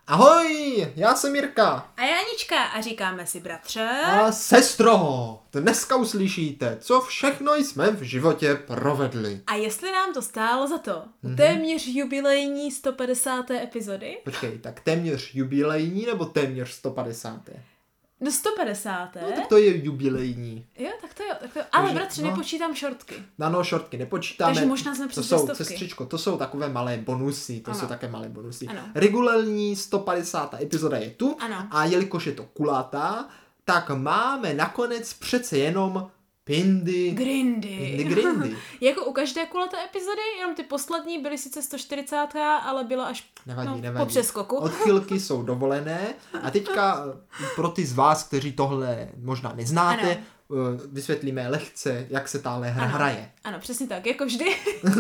Ahoj, já jsem Jirka. A já Anička a říkáme si bratře. A sestro, dneska uslyšíte, co všechno jsme v životě provedli. A jestli nám to stálo za to. Téměř jubilejní 150. epizody. Počkej, tak téměř jubilejní nebo téměř 150. No 150. No tak to je jubilejní. Jo, tak to jo. Ale Takže, bratře, nepočítám šortky. No, šortky nepočítáme. Takže možná jsme přes 200. Sestřičko, to jsou takové malé bonusy. Ano. Jsou také malé bonusy. Ano. Regulární 150. epizoda je tu. Ano. A jelikož je to kulatá, tak máme nakonec přece jenom Pindy Grindy. Jako u každé kulaté epizody, jenom ty poslední byly sice 140, ale byla až Nevadí. po přeskoku. Odchylky jsou dovolené. A teďka pro ty z vás, kteří tohle možná neznáte, vysvětlíme lehce, jak se tahle hra hraje. Ano, přesně tak, jako vždy.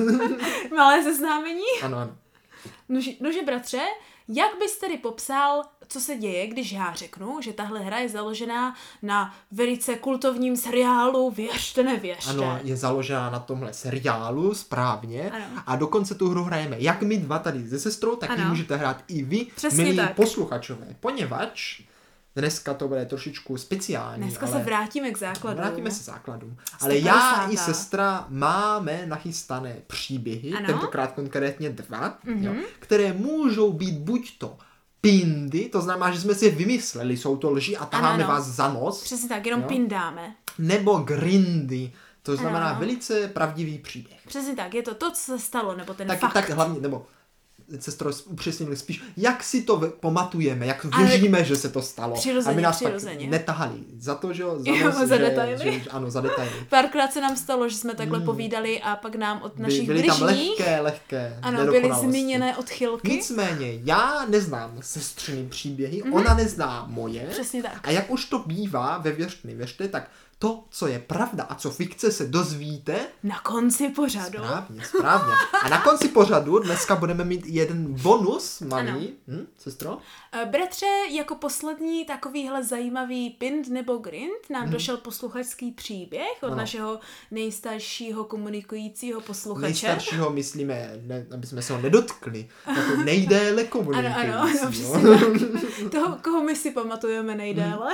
Malé seznámení. Ano. Nože bratře, jak bys tedy popsal, co se děje, když já řeknu, že tahle hra je založená na velice kultovním seriálu Věřte, nevěřte. Ano, je založená na tomhle seriálu, správně. Ano. A dokonce tu hru hrajeme jak my dva tady se sestrou, tak ji můžete hrát i vy, přesně milí tak. posluchačové. Poněvadž dneska to bude trošičku speciální. Dneska se vrátíme k základům. Vrátíme se základům. Ale já i sestra máme nachystané příběhy, tentokrát konkrétně 2, jo, které můžou být buď to pindy, to znamená, že jsme si je vymysleli, jsou to lži a taháme vás za nos. Přesně tak, jenom pindáme. Nebo grindy, to znamená velice pravdivý příběh. Přesně tak, je to, co se stalo, nebo ten tak, fakt. Tak hlavně, nebo sestro, upřesnili spíš, jak si to pamatujeme, jak věříme, že se to stalo. Přirozeně, a my nás pak netahali za to, že jo? Za detaily. Ano, za detaily. Párkrát se nám stalo, že jsme takhle povídali a pak nám od našich byly bližních tam lehké ano, byly zmíněné odchylky. Nicméně, já neznám sestřiny příběhy, ona nezná moje. Přesně tak. A jak už to bývá ve Věřte, nevěřte, tak to, co je pravda a co fikce, se dozvíte na konci pořadu. Správně. A na konci pořadu dneska budeme mít jeden bonus, malý. Sestro? Bratře, jako poslední takovýhle zajímavý pind nebo grind nám došel posluchačský příběh od našeho nejstaršího komunikujícího posluchače. Nejstaršího myslíme, aby jsme se ho nedotkli. Jako nejdéle komunikující. Ano, přesně tak. Toho, koho my si pamatujeme nejdéle.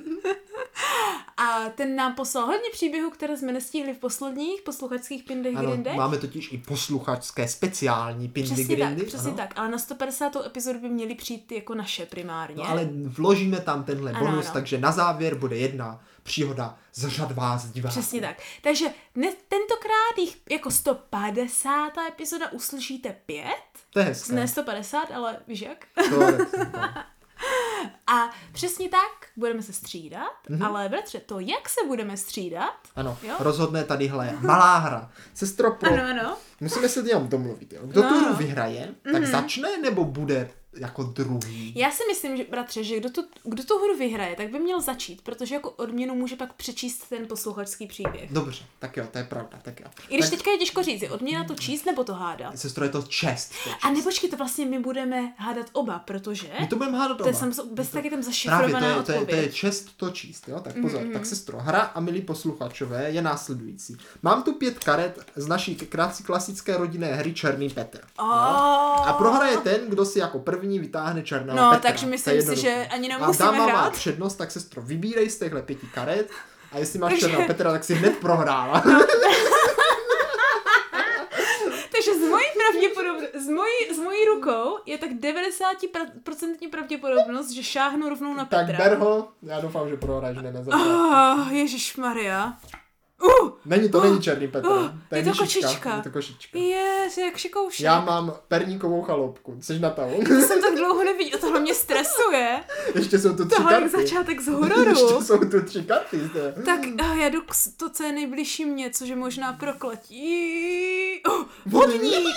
A ten nám poslal hodně příběhů, které jsme nestihli v posledních posluchačských pindech grindech. Máme totiž i posluchačské speciální pindy grindy. Přesně tak, ale na 150. epizodu by měly přijít jako naše primárně. No ale vložíme tam tenhle bonus, takže na závěr bude jedna příhoda z řad vás diváků. Přesně tak. Takže tentokrát jich jako 150. epizoda uslyšíte 5. To je hezké. Ne 150, ale víš jak? To. A přesně tak, budeme se střídat, ale bratře, to jak se budeme střídat? Ano, rozhodne tadyhle malá hra. Sestro, ano. Musíme se jenom domluvit, jo. Kdo tu hru vyhraje, tak začne nebo bude jako druhý? Já si myslím, že bratře, že kdo tu hru vyhraje, tak by měl začít, protože jako odměnu může pak přečíst ten posluchačský příběh. Dobře, tak jo, to je pravda, tak jo. I když teďka je těžko říct, je odměna to číst nebo to hádat? Sestro, je to čest. A nepočkej, to vlastně my budeme hádat oba, protože... My to budeme hádat oba. Bez taky tam zašifrovaná odpověď. To je čest to číst, jo? Tak pozor, tak sestro, hra a milí posluchačové je následující. Mám tu 5 karet z naší klasické rodinné hry Černý Petr. A prohraje ten, kdo si jako první vytáhne černého Petra. Takže myslím si, že ani nemusíme hrát. A dáma má hrát. přednost, tak sestro, vybírej z těchto 5 karet a jestli máš černého Petra, tak si hned prohrála. Takže z mojí rukou je tak 90% pravděpodobnost, že šáhnu rovnou na Petra. Tak ber ho, já doufám, že prohráš, ne na začátku. Ježišmarja. Není Černý Petr. To je kočička. Je to košička. Jak šikoušek. Já mám perníkovou chaloupku. Jsi na tahu? To jsem tak dlouho neviděl, tohle mě stresuje. Ještě jsou tu 3 tohle karty. Tohle je začátek z hororu. Ještě jsou tu 3 karty. Tak já jdu to, co je nejbližší mě, což je možná prokletí. Vodník!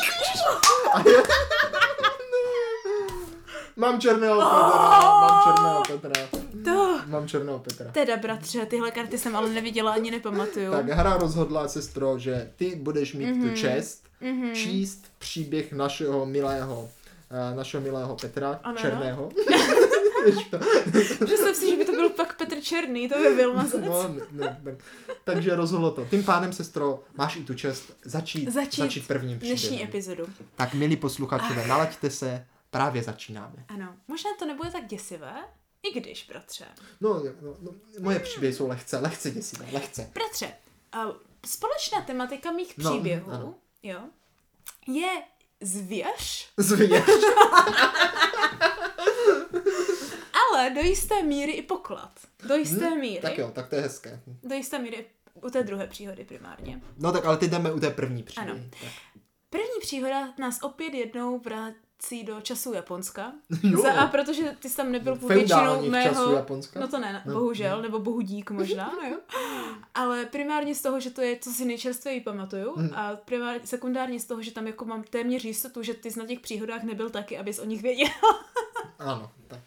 Mám černého Petra. Mám černého Petra. Teda bratře, tyhle karty jsem ale neviděla ani nepamatuju. Tak hra rozhodla, sestro, že ty budeš mít tu čest číst příběh našeho milého Petra, černého. Představ si, že by to byl pak Petr Černý, to by byl mazec. Takže rozhodlo to. Tím pádem, sestro, máš i tu čest začít prvním příběhem. Dnešní epizodu. Tak milí posluchačové, nalaďte se Právě začínáme. Ano, možná to nebude tak děsivé, i když, bratře. No, moje příběhy jsou lehce děsivé, lehce. Bratře, společná tematika mých příběhů, jo, je zvěř. Zvěř. Ale do jisté míry i poklad. Do jisté míry. Tak jo, tak to je hezké. Do jisté míry u té druhé příhody primárně. No tak ale teď jdeme u té první příhody. Ano. První příhoda nás opět jednou vrací do času Japonska. A protože ty jsi tam nebyl po většinou mého... času Japonska? No to ne, bohužel, nebo bohudík možná, jo. Ale primárně z toho, že to je, co si nejčerstvěji pamatuju, a sekundárně z toho, že tam jako mám téměř jistotu, že ty jsi na těch příhodách nebyl taky, abys o nich věděl. Ano, tak.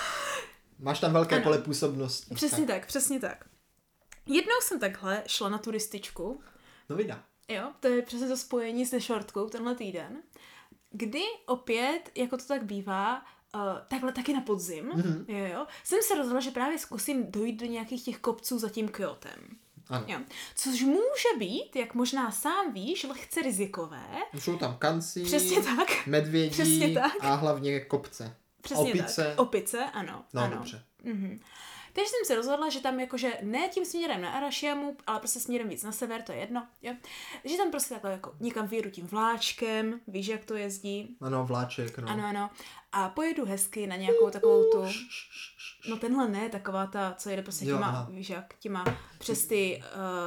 Máš tam velké pole působnosti. Přesně tak. Jednou jsem takhle šla na turističku. No vydá. Jo, to je přesně to spojení se šortkou tenhle týden, kdy opět, jako to tak bývá, takhle taky na podzim, jo, jsem se rozhodla, že právě zkusím dojít do nějakých těch kopců za tím Kyotem. Ano. Jo. Což může být, jak možná sám víš, lehce rizikové. Jsou tam kanci, přesně tak. medvědí přesně tak. A hlavně kopce. Přesně opice. Tak. Opice, ano. No, ano. dobře. Mhm. Takže jsem se rozhodla, že tam jakože ne tím směrem na Arashiyamu, ale prostě směrem víc na sever, to je jedno, jo. Že tam prostě takhle jako někam vyjedu tím vláčkem, víš, jak to jezdí. Ano, vláček, no. Ano. A pojedu hezky na nějakou takovou tu... No tenhle ne, taková ta, co jede prostě těma, víš jak, těma přes ty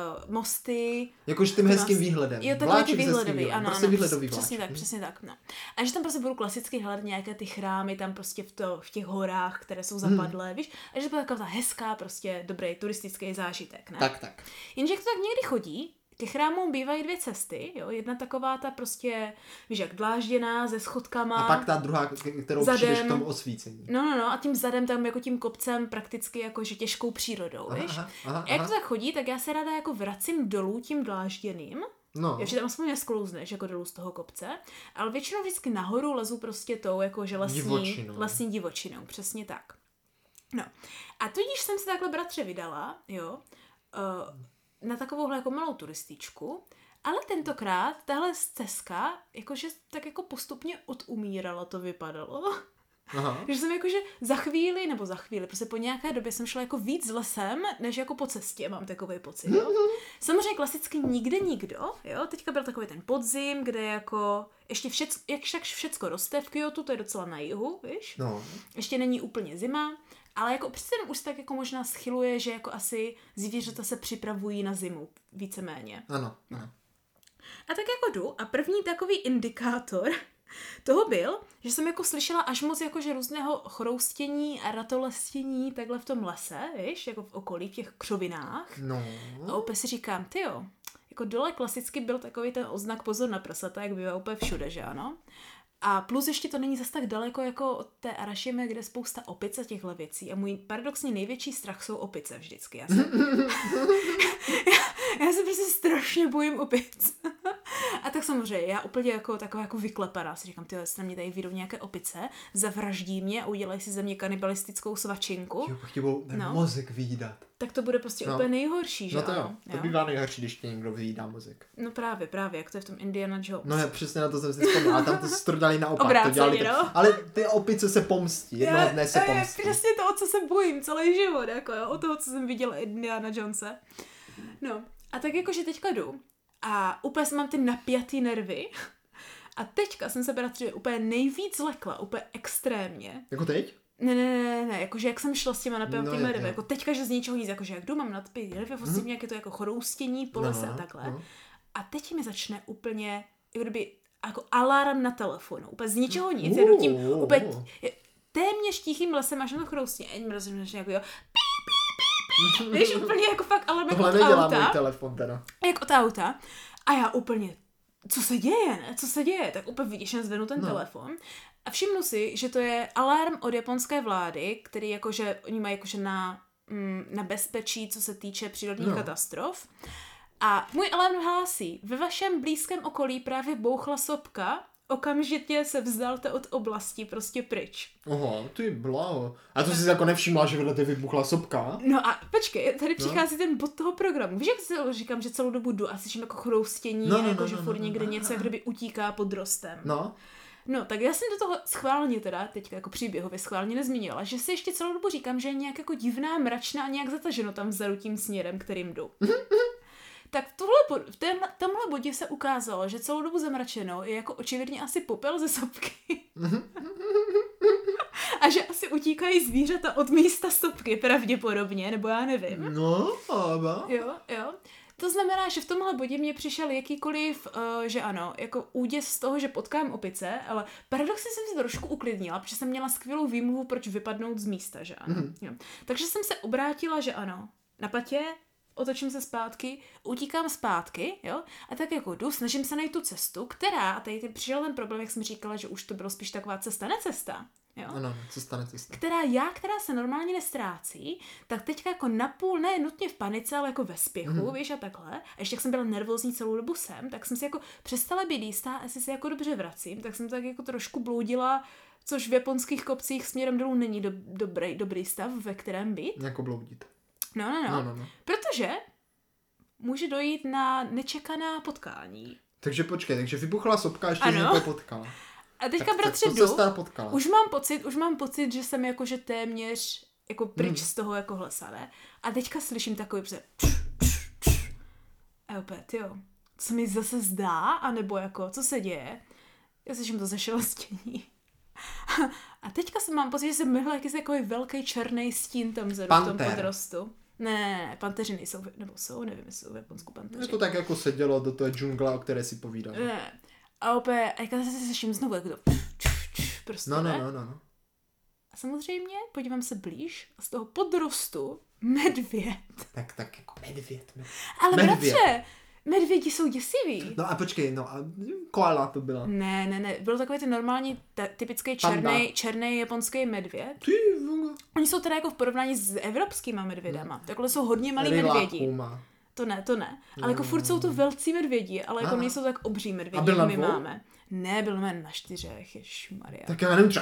mosty. Jakože tím hezkým výhledem. Jo, takový ty výhledový, ano, prostě výhledový přesně tak, no. A že tam prostě budu klasicky hledat nějaké ty chrámy tam prostě v těch horách, které jsou zapadlé, víš. A že to bude taková ta hezká, prostě dobrý turistický zážitek, ne? Tak. Jenže jak to tak někdy chodí, ke chrámům bývají dvě cesty, jo, jedna taková ta prostě, víš jak, dlážděná se schodkama. A pak ta druhá, kterou přijdeš k tomu osvícení. No, a tím zadem tam jako tím kopcem prakticky jakože těžkou přírodou, víš. Aha. Jak to tak chodí, tak já se ráda jako vracím dolů tím dlážděným. No. Jo, že tam aspoň nesklouzneš jako dolů z toho kopce, ale většinou vždycky nahoru lezu prostě tou jakože lesní divočinou, přesně tak. No. A tudíž jsem se takhle, bratře, vydala, jo, na takovouhle jako malou turističku, ale tentokrát tahle stezka jakože tak jako postupně odumírala, to vypadalo. Aha. Že jsem jakože za chvíli, prostě po nějaké době jsem šla jako víc lesem, než jako po cestě, mám takový pocit, jo. Samozřejmě klasicky nikde nikdo, jo, teďka byl takový ten podzim, kde jako ještě všecko roste v Kyotu, to je docela na jihu, víš. No. Ještě není úplně zima, ale jako přece už se tak jako možná schyluje, že jako asi zvířata se připravují na zimu, víceméně. Ano. A tak jako jdu a první takový indikátor toho byl, že jsem jako slyšela až moc jakože různého chroustění a ratolestění takhle v tom lese, víš, jako v okolí, v těch křovinách. No. A opět si říkám, tyjo, jako dole klasicky byl takový ten oznak pozor na prasata, jak bývá úplně všude, že ano? A plus ještě to není zas tak daleko jako od té Arashiyamy, kde je spousta opic a těchhle věcí. A můj paradoxně největší strach jsou opice vždycky. Já se prostě strašně bojím opic. A tak samozřejmě, já úplně jako taková jako vyklepaná si říkám, tyhle, jestli na mě tady vyjdou nějaké opice, zavraždí mě a udělají si ze mě kanibalistickou svačinku. Jo, pak ti budou mozek vyjídat. Tak to bude prostě úplně nejhorší, že no to jo. To bývá nejhorší, když tě někdo vyjídá mozek. No právě, jak to je v tom Indiana Jones. No já přesně na to jsem si vzpomněla, tam to dělali naopak. Obráceně, to dělali no. Ale ty opice se pomstí, jednoho dne se pomstí. Přesně to, o co se bojím celý život, jako jo, o toho, co jsem viděla Indiana Jonese. No, a tak jakože teďka jdu a úplně mám ty napjatý nervy a teďka jsem se bratře úplně nejvíc lekla, úplně extrémně. Jako teď? Ne, jakože jak jsem šla s těma napjatými nervy, jako teďka, že z ničeho nic, jakože jak jdu, mám napjatý nervy, vlastně jak je to jako chroustění po lese a takhle. A teď mi začne úplně, jako kdyby, jako alarm na telefonu, úplně z ničeho nic, jedu tím úplně téměř tichým lesem až na to chroustění, a rozumím, že jako jo, víš, úplně jako fakt alarm jako od auta. Tohle nedělá můj telefon teda. Jak od auta. A já úplně, co se děje? Tak úplně vyděšeně zvednu ten telefon. A všimnu si, že to je alarm od japonské vlády, který jakože, oni mají jakože na bezpečí, co se týče přírodních katastrof. A můj alarm hlásí, ve vašem blízkém okolí právě bouchla sopka, okamžitě se vzdalte od oblasti, prostě pryč. Aha, ty bláho. A to jsi jako nevšimla, že vedle ty vybuchla sopka? No a počkej, tady přichází ten bod toho programu. Víš, jak si říkám, že celou dobu jdu a slyším jako chroustění, že furt někde něco, jak kdyby utíká pod rostem. No, tak já jsem do toho schválně teda, teďka jako příběhově schválně nezmínila, že si ještě celou dobu říkám, že je nějak jako divná, mračná a nějak zataženo tam vzadu tím směrem, kterým jdu. Tak v tomhle bodě se ukázalo, že celou dobu zamračeno je jako očividně asi popel ze sopky. A že asi utíkají zvířata od místa sopky, pravděpodobně, nebo já nevím. No, ale... Jo. To znamená, že v tomhle bodě mě přišel jakýkoliv, že ano, jako úděs z toho, že potkám opice, ale paradoxně jsem se trošku uklidnila, protože jsem měla skvělou výmluvu, proč vypadnout z místa, že ano. Jo. Takže jsem se obrátila, že ano, na patě, otočím se zpátky, utíkám zpátky, jo, a tak jako jdu, snažím se najít tu cestu, která, a tady přišel ten problém, jak jsem říkala, že už to bylo spíš taková cesta, necesta, jo. Ano, cesta. Která se normálně nestrácí, tak teďka jako napůl, ne nutně v panice, ale jako ve spěchu, víš, a takhle. A ještě jak jsem byla nervózní celou dobu tak jsem si jako přestala být jistá, jestli se jako dobře vracím, tak jsem tak jako trošku bloudila, což v japonských kopcích směrem dolů není dobrý stav, ve kterém být. Jako bloudit. No. Protože může dojít na nečekaná potkání. Takže počkej, takže vybuchla sopka, ještě z někoho potkala. A teďka, bratře, už mám pocit, že jsem jakože téměř jako pryč z toho jako hlesa, ne? A teďka slyším takový a opět, jo, co mi zase zdá, anebo jako, co se děje? Já slyším to zašelostění. A teďka mám pocit, že jsem myhla jakýsi takový velký černý stín tam vzadu v tom podrostu. Ne, panteři nejsou, nebo jsou, nevím, jestli jsou v Japonsku panteři. Je to tak jako sedělo do toho džungla, o které si povídal. Ne. A opět, a já se slyším znovu, jako to prostě, No. A samozřejmě, podívám se blíž a z toho podrostu medvěd. Tak jako medvěd. Ale bratře, medvědi jsou děsivý. No a počkej, a koala to byla. Ne, byl takový ten normální, typický černý japonský medvěd. Ty vole. Oni jsou teda jako v porovnání s evropskýma medvědama. Takhle jsou hodně malý medvědi. To ne. Ale jako furt jsou to velcí medvědi, ale jako nejsou tak obří medvědi, jako my máme. Ne, byl jen na 4, ježišmarja. Tak já nevím, třeba...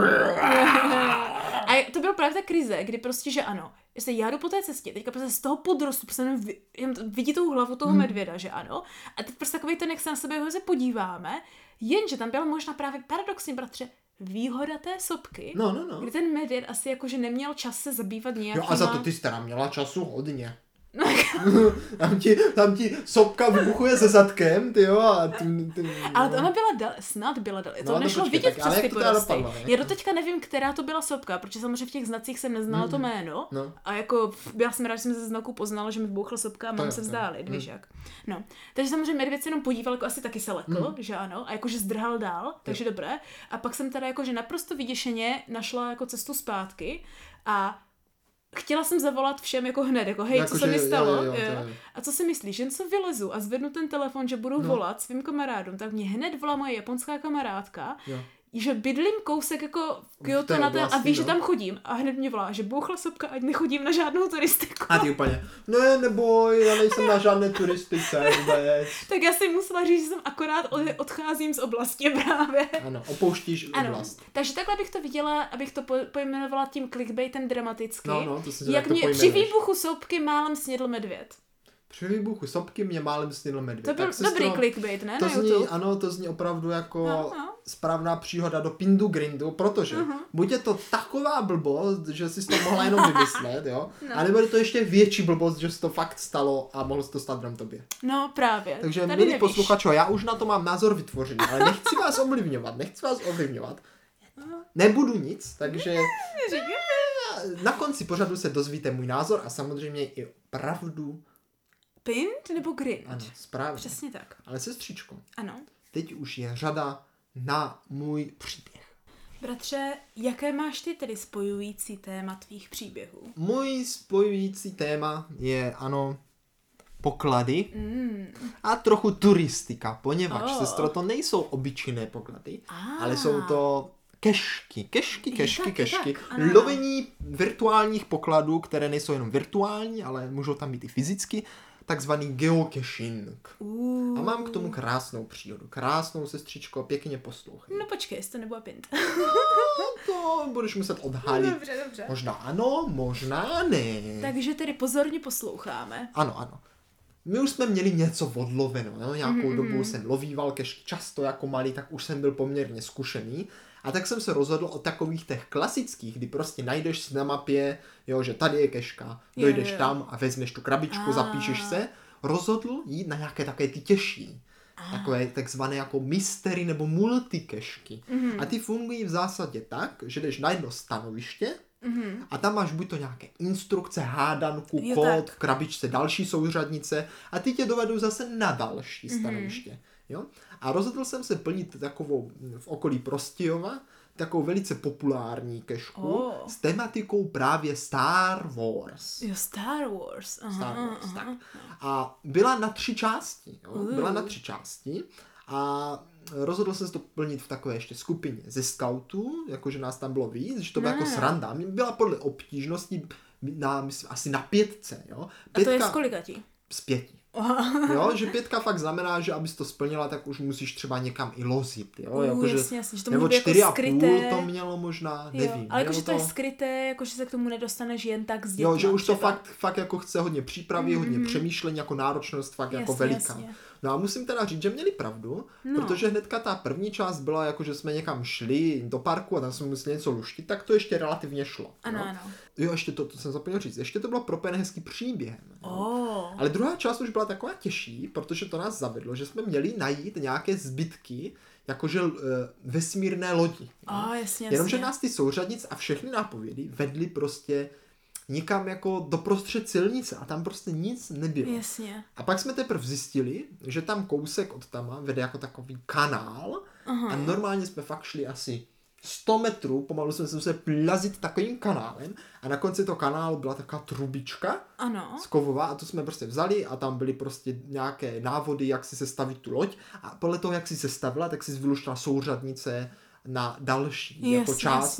A to bylo právě ta krize, kdy prostě, že ano, jestli já jdu po té cestě, teďka prostě z toho podrostu prostě vidí tou hlavu toho medvěda, že ano, a teď prostě takový ten, jak se na sebe ho se podíváme, jenže tam byla možná právě paradoxně, bratře, výhoda té sopky, kdy ten medvěd asi jakože neměl čas se zabývat nějakýma... Jo, a za to ty jsi teda měla času hodně. tam ti sopka vybuchuje se zadkem, tyjo, a Ale ona snad byla dal. To nešlo vidět přes ty porosty. Já doteďka nevím, která to byla sopka, protože samozřejmě v těch znacích jsem neznala to jméno. No. A jako já jsem rád, že jsem ze znaku poznala, že mi vybuchla sopka a mám se vzdálit, víš jak. No. Takže samozřejmě medvěd se jenom podíval, jako asi taky se lekl, že ano, a jakože zdrhal dál, takže dobré. A pak jsem teda jakože naprosto vyděšeně našla jako cestu zpátky a chtěla jsem zavolat všem jako hned, jako hej, co se mi stalo? Jo. A co si myslíš, jen co vylezu a zvednu ten telefon, že budu volat svým kamarádům, tak mě hned volá moje japonská kamarádka, že bydlím kousek jako Kyoto na té a ví, že tam chodím a hned mě volá, že bouchla sopka, ať nechodím na žádnou turistiku. A ty úplně, ne, neboj, já nejsem na žádné turistice vůbec. Tak já si musela říct, že jsem akorát odcházím z oblasti právě. Ano, opouštíš oblast. Takže takhle bych to viděla, abych to pojmenovala tím clickbaitem dramaticky. No, to si jak mě při výbuchu sopky málem snědl medvěd. Při výbuchu sopky mě málem snědl medvěd. To byl dobrý clickbait, ne? To zní, ano, to zní opravdu jako správná příhoda do Pindu Grindu, protože buď je to taková blbost, že jsi to mohla jenom vymyslet, jo? Anebo je to ještě větší blbost, že se to fakt stalo a mohlo se to stát jenom tobě. No právě. Takže milí posluchačo, já už na to mám názor vytvořený, ale nechci vás ovlivňovat. Nebudu nic, takže na konci pořadu se dozvíte můj názor a samozřejmě i pravdu. Pind nebo grind? Ano, správně. Přesně tak. Ale sestřičko. Ano. Teď už je řada na můj příběh. Bratře, jaké máš ty tedy spojující téma tvých příběhů? Můj spojující téma je, ano, poklady a trochu turistika, poněvadž, sestro, to nejsou obyčejné poklady, ale jsou to kešky. Lovení virtuálních pokladů, které nejsou jenom virtuální, ale můžou tam být i fyzicky, takzvaný geocaching. A mám k tomu krásnou příhodu. Krásnou, sestřičko, pěkně poslouchej. No počkej, jestli to nebyla Pind. To budeš muset odhalit. Dobře. Možná ano, možná ne. Takže tedy pozorně posloucháme. Ano. my už jsme měli něco odloveno, jo? Nějakou dobu jsem lovíval kešky často jako malý, tak už jsem byl poměrně zkušený. A tak jsem se rozhodl o takových těch klasických, kdy prostě najdeš si na mapě, jo, že tady je keška, dojdeš tam a vezmeš tu krabičku, zapíšeš se. Rozhodl jít na nějaké také ty těžší. Takové takzvané jako mystery nebo multikešky. A ty fungují v zásadě tak, že jdeš na jedno stanoviště a tam máš buď to nějaké instrukce, hádanku, kód, v krabičce další souřadnice a ty tě dovedou zase na další stanoviště. Jo? A rozhodl jsem se plnit takovou v okolí Prostějova takovou velice populární kešku s tematikou právě Star Wars. Jo, Star Wars. Star Wars, tak. A byla na 3 části. Jo? Byla na 3 části a rozhodl jsem se to plnit v takové ještě skupině ze scoutů, jakože nás tam bylo víc, že to byla jako sranda. Byla podle obtížnosti myslím, asi na 5. Jo? 5, a to je z kolika ti? Z 5. Jo, že 5 fakt znamená, že abys to splnila, tak už musíš třeba někam i lozit, jo, jakože, jasně, že to nebo 4,5 jako to mělo možná, nevím. Ale jakože to je skryté, jakože se k tomu nedostaneš jen tak z dětma. Jo, že už třeba. To fakt jako chce hodně přípravy, hodně přemýšlení, jako náročnost fakt jako veliká. Jasně. No a musím teda říct, že měli pravdu, protože hnedka ta první část byla jako, že jsme někam šli do parku a tam jsme museli něco luštit, tak to ještě relativně šlo. Ano. Jo, ještě to jsem zapomněl říct, ještě to bylo propojené hezký příběhem. Ale druhá část už byla taková těžší, protože to nás zavedlo, že jsme měli najít nějaké zbytky, jakože vesmírné lodi. Jasně. Jenomže nás ty souřadnice a všechny nápovědy vedly prostě nikam jako doprostřed silnice a tam prostě nic nebylo. Jasně. A pak jsme teprve zjistili, že tam kousek od tam vede jako takový kanál a normálně jsme fakt šli asi 100 metrů, pomalu jsme se museli plazit takovým kanálem a na konci toho kanálu byla taková trubička z kovova a to jsme prostě vzali a tam byly prostě nějaké návody, jak si sestavit tu loď a podle toho, jak si sestavila, tak si vyluštila souřadnice na další jako část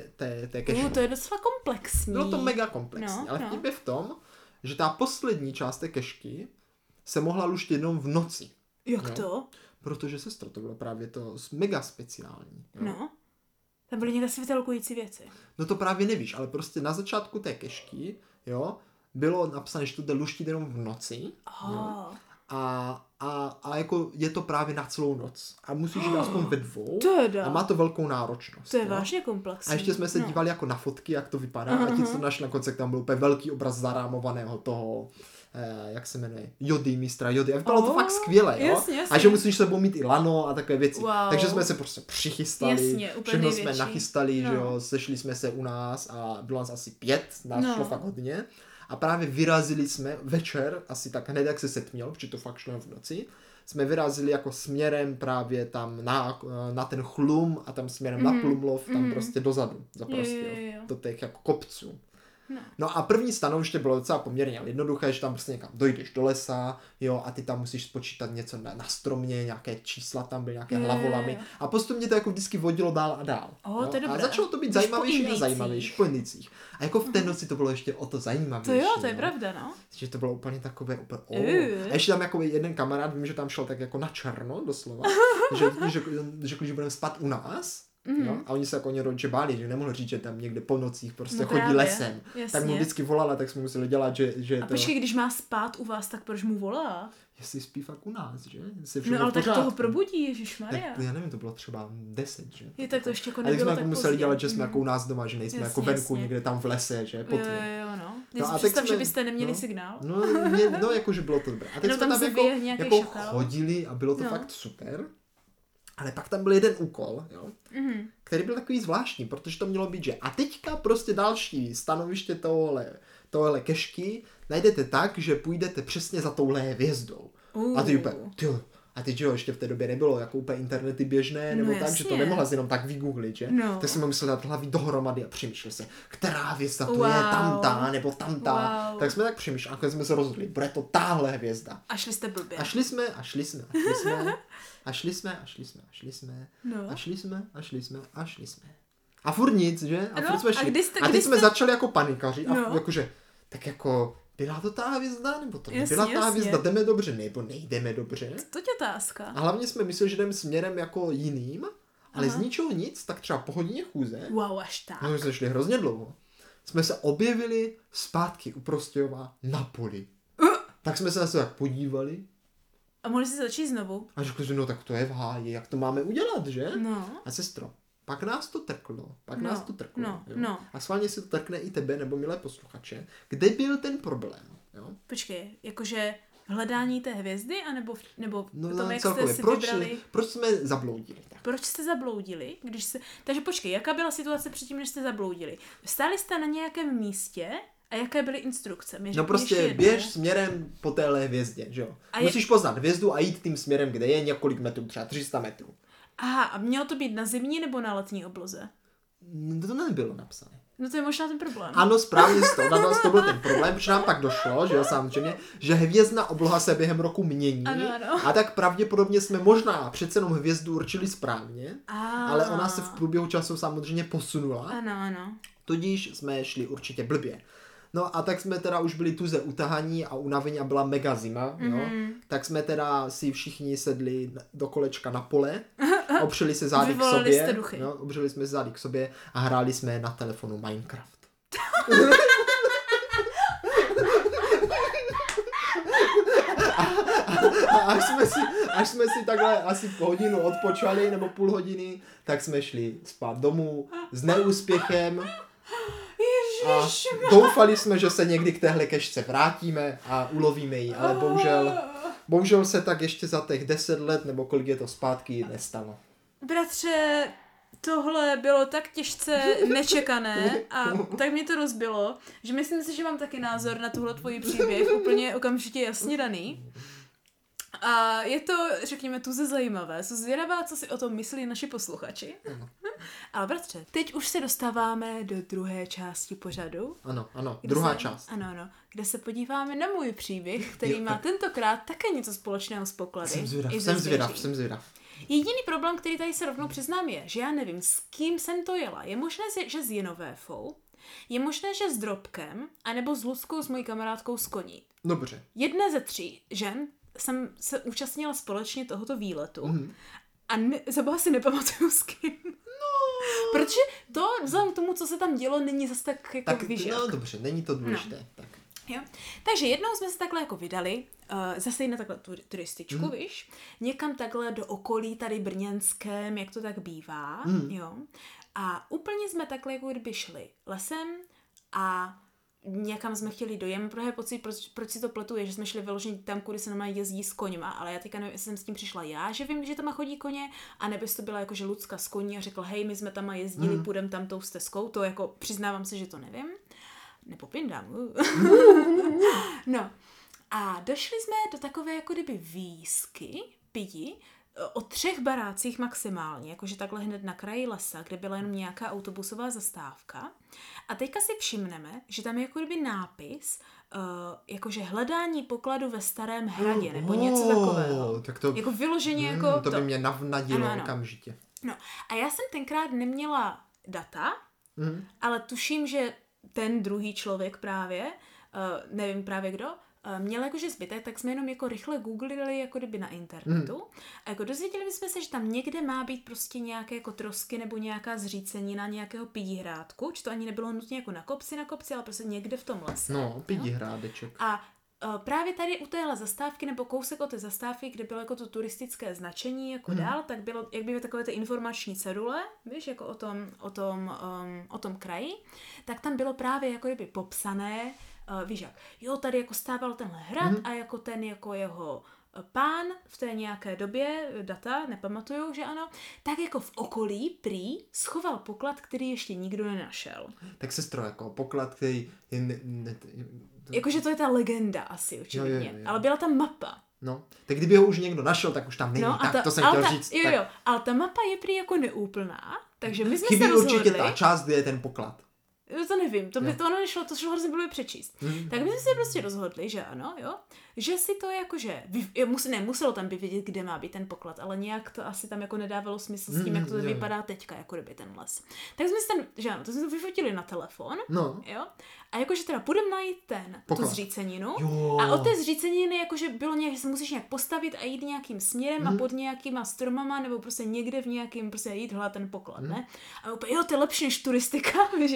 té keše. To je docela komplexní. Bylo to mega komplexní, ale vtip je v tom, že ta poslední část té kešky se mohla luštit jenom v noci. Jak to? Protože sestro, to bylo právě to mega speciální. Jo? No. Tam byly někde světelkující věci. No to právě nevíš, ale prostě na začátku té kešky, jo, bylo napsané, že to jde luštit jenom v noci. Jo, a jako je to právě na celou noc. A musíš jít aspoň ve 2 a má to velkou náročnost. To je vážně komplexní. A ještě jsme se dívali jako na fotky, jak to vypadá. A ti, co našli na konci, tam byl úplně velký obraz zarámovaného toho, jak se jmenuje, Jody, mistra Jody. A vypadalo to fakt skvěle, jo? Jasně. A že musíš sebou mít i lano a takové věci. Takže jsme se prostě přichystali, všechno jsme nachystali, že jo, sešli jsme se u nás a bylo nás asi 5, nás šlo fakt hodně. A právě vyrazili jsme večer, asi tak hned, jak se setměl, protože to fakt šlo v noci, jsme vyrazili jako směrem právě tam na ten Chlum a tam směrem na Plumlov, tam prostě dozadu, za Prostějov, do těch jako kopců. No a první stanoviště bylo docela poměrně jednoduché, že tam prostě někam dojdeš do lesa, jo, a ty tam musíš spočítat něco na stromě, nějaké čísla tam byly, nějaké hlavolamy a postupně to jako vždycky vodilo dál a dál. To je dobré. A začalo to být zajímavější a zajímavější po indicích. A jako v té noci to bylo ještě o to zajímavější. To je pravda, no. Že to bylo úplně takové A ještě tam jako jeden kamarád, vím, že tam šel tak jako na černo, doslova, že řekli, že budeme spát u nás. Jo? A oni se jako rodiče báli, že nemohl říct, že tam někde po nocích prostě chodí lesem. Jasně. Tak mu vždycky volala, tak jsme museli dělat, že a počkej, když má spát u vás, tak proč mu volá? Jestli spí fakt u nás, že? No ale tak toho probudí, ježišmarja. Já nevím, to bylo třeba 10, že? Je tak to ještě jako nebylo tak. A tak jsme museli dělat, že jsme jako u nás doma, že nejsme jako venku někde tam v lese, že? Jo, no. Já si představ, že byste neměli signál. No, jakože bylo to dobré. A teď jsme tam jako chodili a bylo to fakt super. Ale pak tam byl jeden úkol, jo, který byl takový zvláštní, protože to mělo být, že a teďka prostě další stanoviště tohle kešky najdete tak, že půjdete přesně za touhle hvězdou. A ty úplně, a teď, jo, ještě v té době nebylo jako úplně internety běžné, nebo tak, že to nemohla si jenom tak vygooglit, že? Tak jsem musel dát hlavy dohromady a přemýšlel se, která hvězda to je, tamtá, nebo tamtá. Tak jsme tak přemýšleli, a jsme se rozhodli, bude to táhle hvězda. A šli jste blbě. A šli jsme. A furt nic, že? A furt jsme šli. A teď jsme začali jako panikaři a jakože, tak jako, byla to ta hvězda, nebo to nebyla ta hvězda, jdeme dobře, nebo nejdeme dobře. To tě otázka. A hlavně jsme mysleli, že jdeme směrem jako jiným, ale z ničeho nic, tak třeba po hodině chůze. Wow, až tak. No, jsme šli hrozně dlouho. Jsme se objevili zpátky u Prostějova na poli. Tak jsme se na sebe tak podívali. A mohli si začít znovu. A řekli jsme, no tak to je v háji, jak to máme udělat, že? No. A sestro, pak nás to trklo. No. A schválně si to trkne i tebe, nebo milé posluchače. Kde byl ten problém? Jo? Počkej, jakože hledání té hvězdy, anebo no, tom, jak celkově. jste si vybrali... Proč jsme zabloudili? Tak. Proč jste zabloudili? Takže počkej, jaká byla situace předtím, než jste zabloudili? Stáli jste na nějakém místě a jaké byly instrukce? No prostě běž směrem po téhle hvězdě, že jo? Musíš poznat hvězdu a jít tím směrem, kde je několik metrů, třeba 300 metrů. Aha, a mělo to být na zimní nebo na letní obloze? No, to nebylo napsané. No to je možná ten problém. Ano, správně to byl ten problém, protože nám pak došlo, že jo, samozřejmě, že hvězdná obloha se během roku mění. Ano. A tak pravděpodobně jsme možná přece jenom hvězdu určili správně, ale ona se v průběhu času samozřejmě posunula. Ano. Tudíž jsme šli určitě blbě. No a tak jsme teda už byli tuze utahaní a unavení a byla mega zima, jo. Tak jsme teda si všichni sedli do kolečka na pole, opřeli se zády k sobě, jo, opřeli jsme zády k sobě a hráli jsme na telefonu Minecraft. Až jsme si takhle asi hodinu odpočali nebo půl hodiny, tak jsme šli spát domů s neúspěchem. A doufali jsme, že se někdy k téhle kešce vrátíme a ulovíme ji, ale bohužel se tak ještě za těch 10 let, nebo kolik je to zpátky, nestalo. Bratře, tohle bylo tak těžce nečekané a tak mě to rozbilo, že myslím si, že mám taky názor na tuhle tvoji příběh, úplně okamžitě jasně daný. A je to, řekněme, tuze zajímavé. Jsem zvědavá, co si o tom myslí naši posluchači. Ale bratře, teď už se dostáváme do druhé části pořadu. Ano, druhá část. Ano, kde se podíváme na můj příběh, který má tentokrát také něco společného s poklady. Jsem zvědav. Jediný problém, který tady se rovnou přiznám, je, že já nevím, s kým jsem to jela. Je možné, že s Jenovéfou, je možné, že s Drobkem, anebo s Luckou, s mojí kamarádkou z koní. Dobře. Jedné ze 3 žen jsem se účastnila společně tohoto výletu a za boha si nepamatuju s kým. No. Protože to, vzhledem k tomu, co se tam dělo, není zase tak jako vyžák. No dobře, není to důležité. No. Tak. Jo. Takže jednou jsme se takhle jako vydali, zase na takhle turističku, víš, někam takhle do okolí tady brněnském, jak to tak bývá, jo. A úplně jsme takhle jako kdyby šli lesem a někam jsme chtěli dojet, protože pocit, proč si to pletu, je, že jsme šli vyloženě tam, kudy se normálně jezdí s koněma, ale já teďka nevím, jestli jsem s tím přišla já, že vím, že tam chodí koně, a nebo to byla jako, že Lucka s koní a řekla, hej, my jsme tam jezdili, půjdem tam tou stezkou, to jako přiznávám se, že to nevím, nepopindám. No a došli jsme do takové jako kdyby výsky, pidi, o 3 barácích maximálně, jakože takhle hned na kraji lesa, kde byla jenom nějaká autobusová zastávka. A teďka si všimneme, že tam je jako kdyby nápis, jakože hledání pokladu ve Starém hradě, nebo něco takového. Tak to, jako vyloženě jako to by mě navnadilo okamžitě. No a já jsem tenkrát neměla data, ale tuším, že ten druhý člověk právě, nevím právě kdo, měl jakože zbytek, tak jsme jenom jako rychle googlili jako kdyby na internetu a jako dozvěděli jsme se, že tam někde má být prostě nějaké jako trosky nebo nějaká zřícenina nějakého pidíhrádku, či to ani nebylo nutně jako na kopci, ale prostě někde v tom lese. No, pidíhrádeček. A právě tady u téhle zastávky nebo kousek od té zastávky, kde bylo jako to turistické značení jako dál, tak bylo jak by takové ty informační cedule, víš, jako o tom kraji, tak tam bylo právě jako kdyby popsané, víš jak, jo, tady jako stával tenhle hrad a jako ten jako jeho pán v té nějaké době, data, nepamatuju, že ano, tak jako v okolí prý schoval poklad, který ještě nikdo nenašel. Tak sestro, jako poklad, který jakože to je ta legenda asi, určitě. Jo. Ale byla tam mapa. No, tak kdyby ho už někdo našel, tak už tam není, no, to jsem chtěl říct. Jo, ale ta mapa je prý jako neúplná, takže my jsme chybí se rozhodli. určitě ta část, kde je ten poklad. To nevím, to nešlo, to šlo hrozně bylo přečíst. Tak my jsme se prostě rozhodli, že ano, jo, že si to jakože, muselo tam by vědět, kde má být ten poklad, ale nějak to asi tam jako nedávalo smysl s tím, jak to vypadá teďka, jako kdyby ten les. Tak jsme si to jsme to vyfotili na telefon, jo, a jakože teda půjdeme najít tu zříceninu a od té zříceniny jakože bylo nějak, že se musíš nějak postavit a jít nějakým směrem a pod nějakýma stromama nebo prostě někde v nějakým, prostě jít hledat ten poklad, ne? A úplně, jo, to je lepší než turistika, víš jak? Tak to je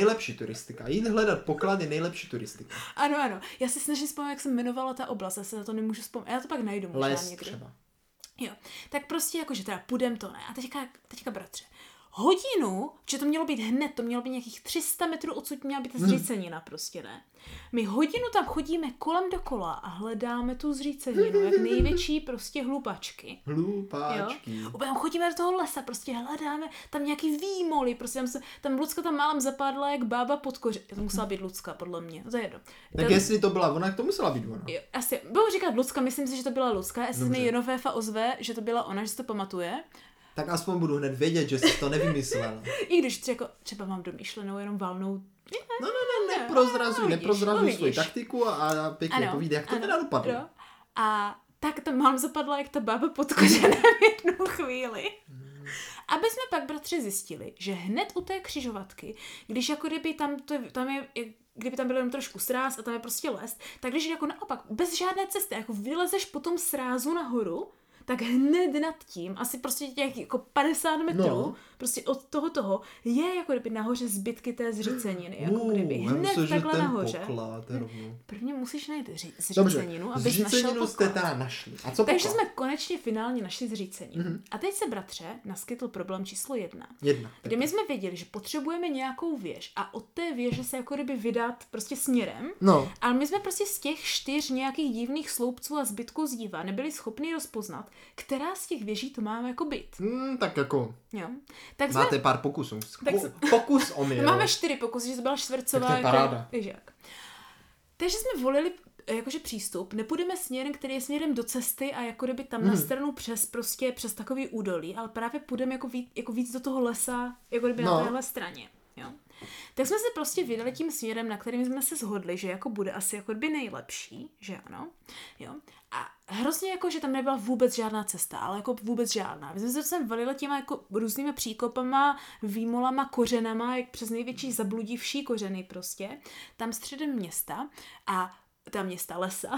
nejlepší turistika. Jít hledat poklad je nejlepší turistika. Ano. Já si snažím vzpomínat, jak se jmenovala ta oblast, já se na to nemůžu vzpomínat. Já to pak najdu možná Les někdy. třeba. Jo, tak prostě jakože teda půjdem to, ne? A teďka bratře, hodinu, že to mělo být hned, to mělo být nějakých 300 metrů odsud měla být zřícenina prostě, ne? My hodinu tam chodíme kolem dokola a hledáme tu zříceninu, jak největší prostě hlupačky. Hlupáčky. Úplně chodíme do toho lesa, prostě hledáme tam nějaký výmoly, prostě tam Lucka tam málem zapadla jak bába pod koře. To musela být Lucka, podle mě, to je jedno. Tak jestli to byla ona, to musela být ona. Jo, asi, budu říkat Lucka, myslím si, že to byla Lucka, jestli mi Jenoféfa ozve, že to byla ona, že si to pamatuje. Tak aspoň budu hned vědět, že jsi to nevymyslela. I když třeba mám domýšlenou jenom valnou. No, neprozrazuj svoji taktiku a pěkně povídej, jak to teda dopadlo. A tak tam mám zapadla jak ta bába pod kořenem v jednu chvíli. Aby jsme pak, bratři, zjistili, že hned u té křižovatky, když jako kdyby kdyby tam byl jenom trošku sráz a tam je prostě les, tak když jako naopak bez žádné cesty, jako vylezeš po tom srázu nahoru, tak hned nad tím, asi prostě těch jako 50 metrů, prostě od toho je jako kdyby nahoře zbytky té zříceniny, jako kdyby hned takhle nahoře. Prvně musíš najít zříceninu, abys našel poklad. Jste teda našli. A co takže jsme konečně finálně našli zříceninu. A teď se, bratře, naskytl problém číslo 1. Kdy my jsme věděli, že potřebujeme nějakou věž a od té věže se jako kdyby vydat prostě směrem. No. Ale my jsme prostě z těch 4 nějakých divných sloupců a zbytků zdiva nebyli schopni rozpoznat, která z těch věží to máme jako být. Tak jako... Jo. Tak máte pár pokusů. Pokus omyl. Máme 4 pokusy, že to byla čtvercová. Tak to je paráda. Takže jsme volili jakože přístup, nepůjdeme směrem, který je směrem do cesty a jako kdyby tam na stranu přes takový údolí, ale právě půjdeme jako víc do toho lesa, jako kdyby na téhle straně. Jo. Tak jsme se prostě vydali tím směrem, na kterým jsme se shodli, že jako bude asi jako by nejlepší, že ano. Jo. A hrozně jako, že tam nebyla vůbec žádná cesta, ale jako vůbec žádná. My jsme se sem valili těma jako různými příkopama, výmolama, kořenama, jak přes největší zabludivší kořeny prostě, tam středem města a lesa,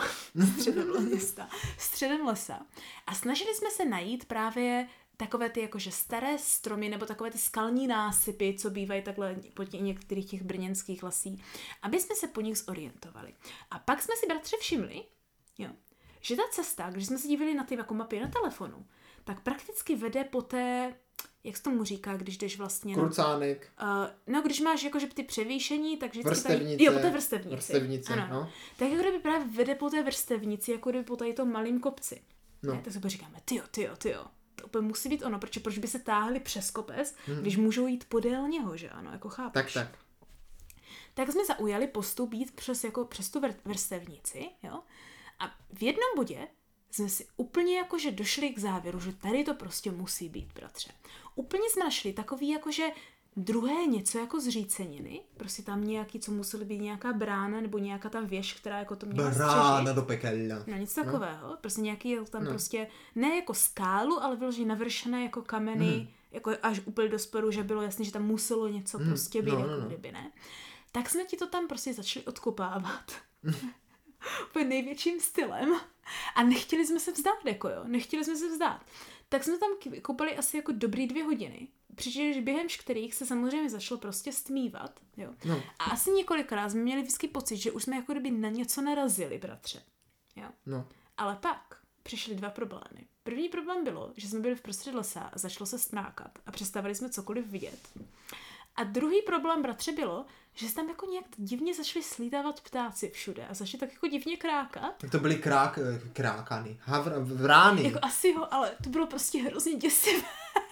středem lesa. A snažili jsme se najít právě takové ty jakože staré stromy nebo takové ty skalní násypy, co bývají takhle po některých těch brněnských lesích, aby jsme se po nich zorientovali. A pak jsme si, bratře, všimli, jo, že ta cesta, když jsme se dívali na ty jako mapy na telefonu, tak prakticky vede po té, jak se tomu říká, když jdeš vlastně... Krucánek. Když máš jakože ty převýšení, tak vždycky vrstevnice. Jo, po té vrstevnici. Vrstevnice, ano. No. Tak jako kdyby právě vede po té vrstevnici, jako kdyby po tady tom malým kopci. No. Ne? Tak se říkáme, tyjo. To úplně musí být ono, proč by se táhli přes kopec, když můžou jít podél něho, že ano, jako chápeš. Tak. Tak jsme zaujali postup jít přes tu vrstevnici, jo. A v jednom bodě jsme si úplně jakože došli k závěru, že tady to prostě musí být, bratře. Úplně jsme našli takový jakože druhé něco jako zříceniny, prostě tam nějaký, co museli být nějaká brána nebo nějaká ta věž, která jako to měla střežit. Brána do pekelna. No nic takového, prostě nějaký tam prostě, ne jako skálu, ale vyloženě navršené jako kameny, jako až úplně do sporu, že bylo jasné, že tam muselo něco prostě být, jako kdyby, ne. Tak jsme ti to tam prostě začali odkopávat. Úplně největším stylem. A nechtěli jsme se vzdát, Tak jsme tam koupali asi jako dobrý 2 hodiny. Přičemž během kterých se samozřejmě začalo prostě stmívat. Jo. No. A asi několikrát jsme měli vždycky pocit, že už jsme jako kdyby na něco narazili, bratře. Jo. No. Ale pak přišly 2 problémy. První problém bylo, že jsme byli v prostřed lesa a začalo se stmákat a přestávali jsme cokoliv vidět. A druhý problém, bratře, bylo, že se tam jako nějak divně začaly slítávat ptáci všude a začaly tak jako divně krákat. Tak to byly krákany, vrány. Jako asi jo, ale to bylo prostě hrozně děsivé.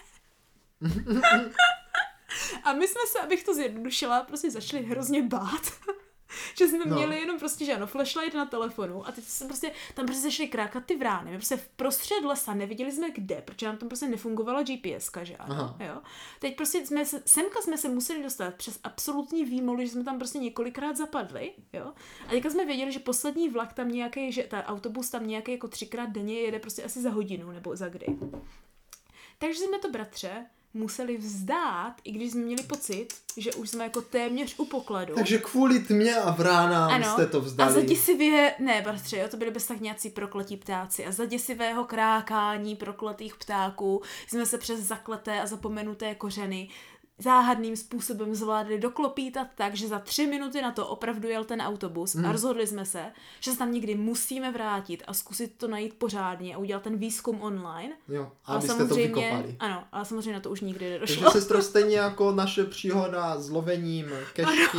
A my jsme se, abych to zjednodušila, prostě začali hrozně bát. Že jsme měli jenom prostě, že ano, flashlight na telefonu a teď se prostě, tam prostě začaly krákat ty vrány. My prostě v prostřed lesa neviděli jsme kde, protože nám tam prostě nefungovala GPSka, že ano, jo. Teď prostě semka jsme se museli dostat přes absolutní výmoly, že jsme tam prostě několikrát zapadli, jo. A teďka jsme věděli, že poslední vlak tam nějaký, že ta autobus tam nějaký jako 3krát denně jede prostě asi za hodinu nebo za kdy. Takže jsme to, bratře, museli vzdát, i když jsme měli pocit, že už jsme jako téměř u pokladu. Takže kvůli tmě a vránám jste to vzdali. A za děsivě, ne, bratře, jo, to byly bez tak nějací prokletí ptáci a za děsivého krákání prokletých ptáků jsme se přes zakleté a zapomenuté kořeny záhadným způsobem zvládli doklopítat tak, že za 3 minuty na to opravdu jel ten autobus a rozhodli jsme se, že se tam někdy musíme vrátit a zkusit to najít pořádně a udělat ten výzkum online. Jo, abyste to vykopali. Ano, ale samozřejmě na to už nikdy nedošlo. Takže sestro, stejně jako naše příhoda s lovením kešky,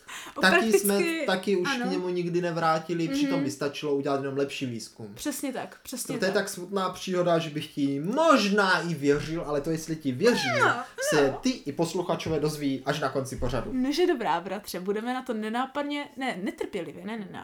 taky už k němu nikdy nevrátili, přitom by stačilo udělat jenom lepší výzkum. Přesně tak, To je tak smutná příhoda, že bych ti možná i věřil, ale to jestli ti věří, se ty i posluchačové dozví až na konci pořadu. Nože dobrá, bratře, budeme na to netrpělivě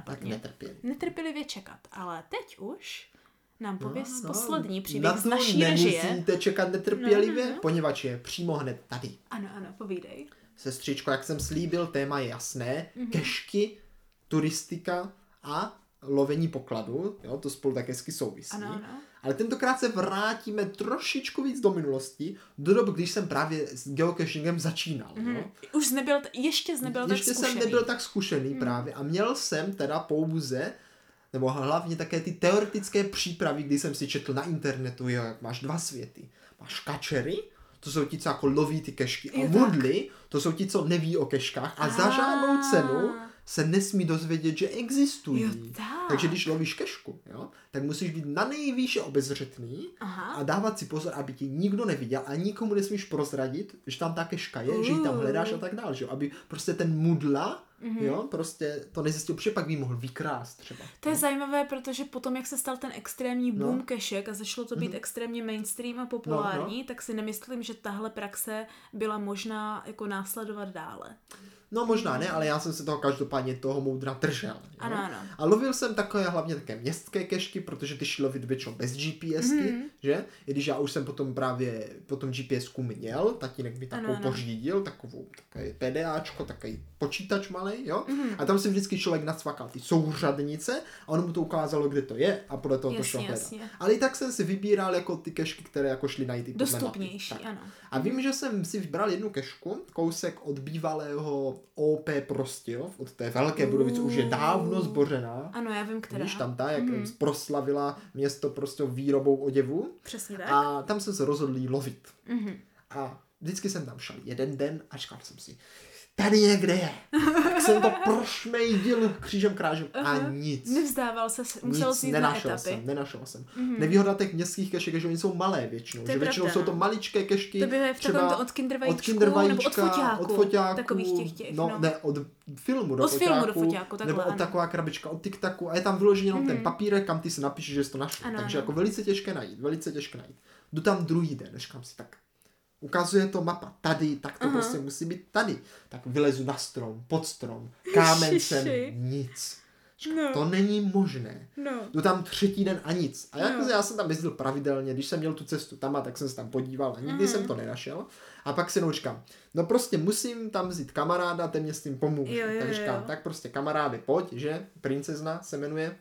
netrpělivě čekat, ale teď už nám pověz poslední příběh z naší režie. Nemusíte čekat netrpělivě, poněvadž je přímo hned tady. Ano, povídej. Sestřičko, jak jsem slíbil, téma je jasné. Kešky, turistika a lovení pokladu. Jo, to spolu tak hezky souvisí. Ano. Ale tentokrát se vrátíme trošičku víc do minulosti, do doby, když jsem právě s geocachingem začínal. Jo. Ještě jsem nebyl tak zkušený právě a měl jsem teda pouze, nebo hlavně také ty teoretické přípravy, kdy jsem si četl na internetu, jo, jak máš 2 světy. Máš kačery, to jsou ti, co jako loví ty kešky. A mudly, to jsou ti, co neví o keškách a za žádnou cenu se nesmí dozvědět, že existují. Takže když lovíš kešku, jo, tak musíš být na nejvýše obezřetný a dávat si pozor, aby ti nikdo neviděl a nikomu nesmíš prozradit, že tam ta keška je, že ji tam hledáš a tak dál, že jo, aby prostě ten mudla jo, prostě to nezjistil, protože pak by mohl vykrást třeba. To je zajímavé, protože potom, jak se stal ten extrémní boom kešek a začalo to být extrémně mainstream a populární, tak si nemyslím, že tahle praxe byla možná jako následovat dále. No možná ne, ale já jsem se toho každopádně toho moudra držel. Ano. A lovil jsem hlavně také městské kešky, protože ty šly lovit většinou bez GPSky, že? I když já už jsem potom právě GPSku měl, tatínek mi takovou pořídil, takovou PDAčko, takový počítač malej, jo? A tam si vždycky člověk nacvakal ty souřadnice a ono mu to ukázalo, kde to je a podle toho to šlo hledat. Ale i tak jsem si vybíral jako ty kešky, které jako šly najít i podle dostupnější, ano. A vím, že jsem si vybral jednu kešku, kousek od bývalého OP Prostějov, od té velké budovy, co už je dávno zbořená. Ano, já vím, která. Víš, tam ta, jak proslavila město prostě výrobou oděvu. Přesně tak. A tam jsem se rozhodl jí lovit. A vždycky jsem tam šel jeden den a říkal jsem si, tady někde je. Tak jsem to prošmejdil křížem krážem a nic. Nevzdával se, musel jít na etapy. Nenašel jsem. Nevýhoda těch městských kešek je, že oni jsou malé většinou. Že většinou jsou to maličké kešky. To by v takovém od kindervajíčku, nebo od foťáku. Takových těch. No, ne, od filmu do foťáku. Nebo od taková krabička od TikTaku. A je tam vyložený jenom ten papírek, kam ty se napíšeš, že jsi to našel. Takže jako velice těžké najít. Jdu tam druhý den, říkám si tak. Ukazuje to mapa tady, tak to prostě musí být tady. Tak vylezu na strom, pod strom, kámencem, nic. To není možné. Jdu tam 3. den a nic. A já jsem tam jezdil pravidelně, když jsem měl tu cestu tam, tak jsem se tam podíval a nikdy jsem to nenašel. A pak si říkám, no prostě musím tam vzít kamaráda, ten mě s tím pomůže. Tak říkám, tak prostě kamaráde, pojď, že? Princezna se jmenuje.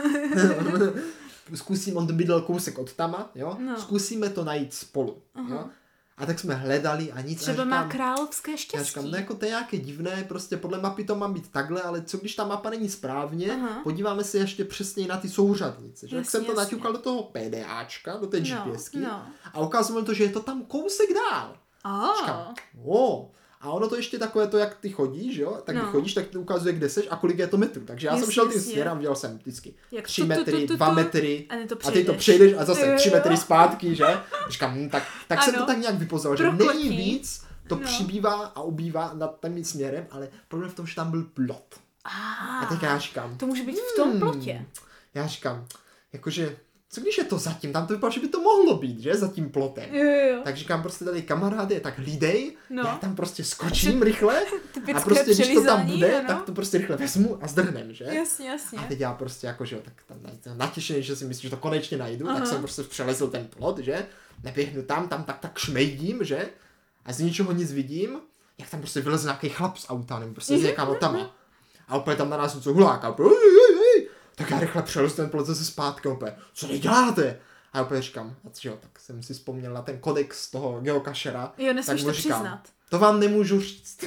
Zkusím, on bydlel kousek od tama, jo? Zkusíme to najít spolu, jo? A tak jsme hledali a nic. Třeba má královské štěstí. Já říkám, no jako to je nějaké divné, prostě podle mapy to má být takhle, ale co když ta mapa není správně, podíváme se ještě přesněji na ty souřadnice. Že? Tak jsem to naťukal do toho PDAčka, do té GPSky a ukázalo to, že je to tam kousek dál. Říkám, a ono to ještě takové to, jak ty chodíš, jo? Tak chodíš, tak to ukazuje, kde seš a kolik je to metrů. Takže já jsem šel tím směrem, viděl jsem vždycky 3 metry, 2 metry a ty to přejdeš a zase 3 metry zpátky, že? Říkám, tak jsem to tak nějak vypozoral, že není víc, to přibývá a ubývá nad tím směrem, ale problém v tom, že tam byl plot. A tak já říkám, to může být v tom plotě. Já říkám, jakože co když je to zatím? Tam to vypadá, že by to mohlo být, že? Za tím plotem. Jo. Tak říkám prostě tady kamaráde, tak hlídej, já tam prostě skočím rychle a prostě když to tam bude, tak to prostě rychle vezmu a zdrhnem, že? Jasně. A teď já prostě jakože, tak tam natěšený, že si myslím, že to konečně najdu, tak jsem prostě přelezl ten plot, že? Neběhnu tam tak šmejdím, že? A z ničeho nic vidím, jak tam prostě vyleze nějaký chlap z auta, nebo prostě z někam otama. A úplně tam na nás něco huláká, tak já rychle přelezu ten plot zase zpátky, úplně, co děláte? A já úplně říkám, tak jsem si vzpomněl na ten kodex toho geocačera. Jo, nesmíš to přiznat. To vám nemůžu říct.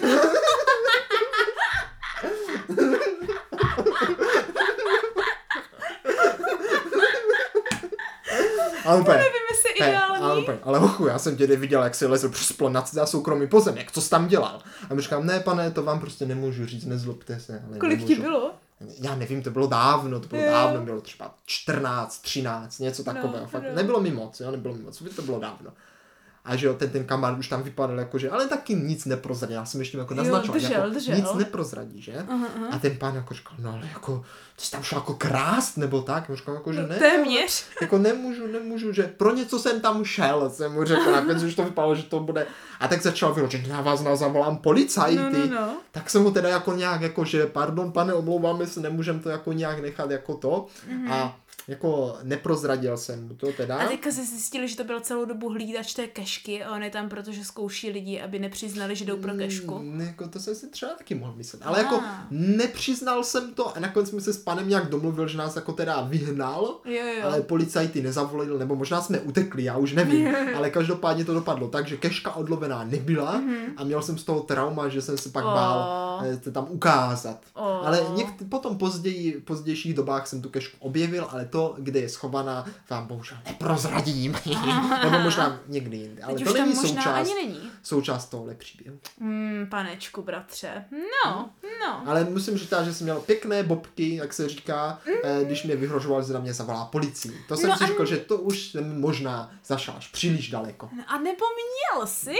Nevím, jestli ideální. Ale hochu, já jsem tě viděl, jak jsi lezl přes plot na soukromý pozemek, co jsi tam dělal? A mi říkám, ne pane, to vám prostě nemůžu říct, nezlobte se. Ale kolik nemůžu. ti bylo? Já nevím, to bylo dávno, bylo třeba 14, 13, něco takového, fakt nebylo mi moc, to bylo dávno. A že jo, ten kamarád už tam vypadal jakože, ale taky nic neprozradil, já jsem ještě jako naznačoval, držel. Nic neprozradí, že? A ten pán jako říkal, no ale jako, ty jsi tam šel jako krást, nebo tak, a říkal jako, že ne. Téměř. Jako nemůžu, že pro něco jsem tam šel, jsem mu řekl, nakonec už to vypadalo, že to bude. A tak začal vyložit, já vás zavolám policajty. No. Tak jsem mu teda jako nějak, jako že pardon pane, omlouváme se, nemůžem to jako nějak nechat jako to. A jako neprozradil jsem mu to teda. A teďka si zjistili, že to byl celou dobu hlídač té kešky a on je tam, protože zkouší lidi, aby nepřiznali, že jdou pro kešku. Jako to jsem si třeba taky mohl myslet. Ale jako nepřiznal jsem to a nakonec jsme se s panem nějak domluvil, že nás jako teda vyhnal, ale policajty nezavolil, nebo možná jsme utekli, já už nevím. Ale každopádně to dopadlo tak, že keška odlovená nebyla a měl jsem z toho trauma, že jsem se pak bál to tam ukázat. Ale potom pozdějších dobách jsem tu kešku objevil, ale to, kde je schovaná, vám bohužel neprozradím. Nebo možná někdy jinde. Ale teď to už tam není možná součást tohohle příběhu. Panečku, bratře. No. Ale musím říct, že jsem měl pěkné bobky, jak se říká, když mě vyhrožoval, že na mě zavolá policii. To jsem si říkal, že to už jsem možná zašel až příliš daleko. A nebo měl jsi?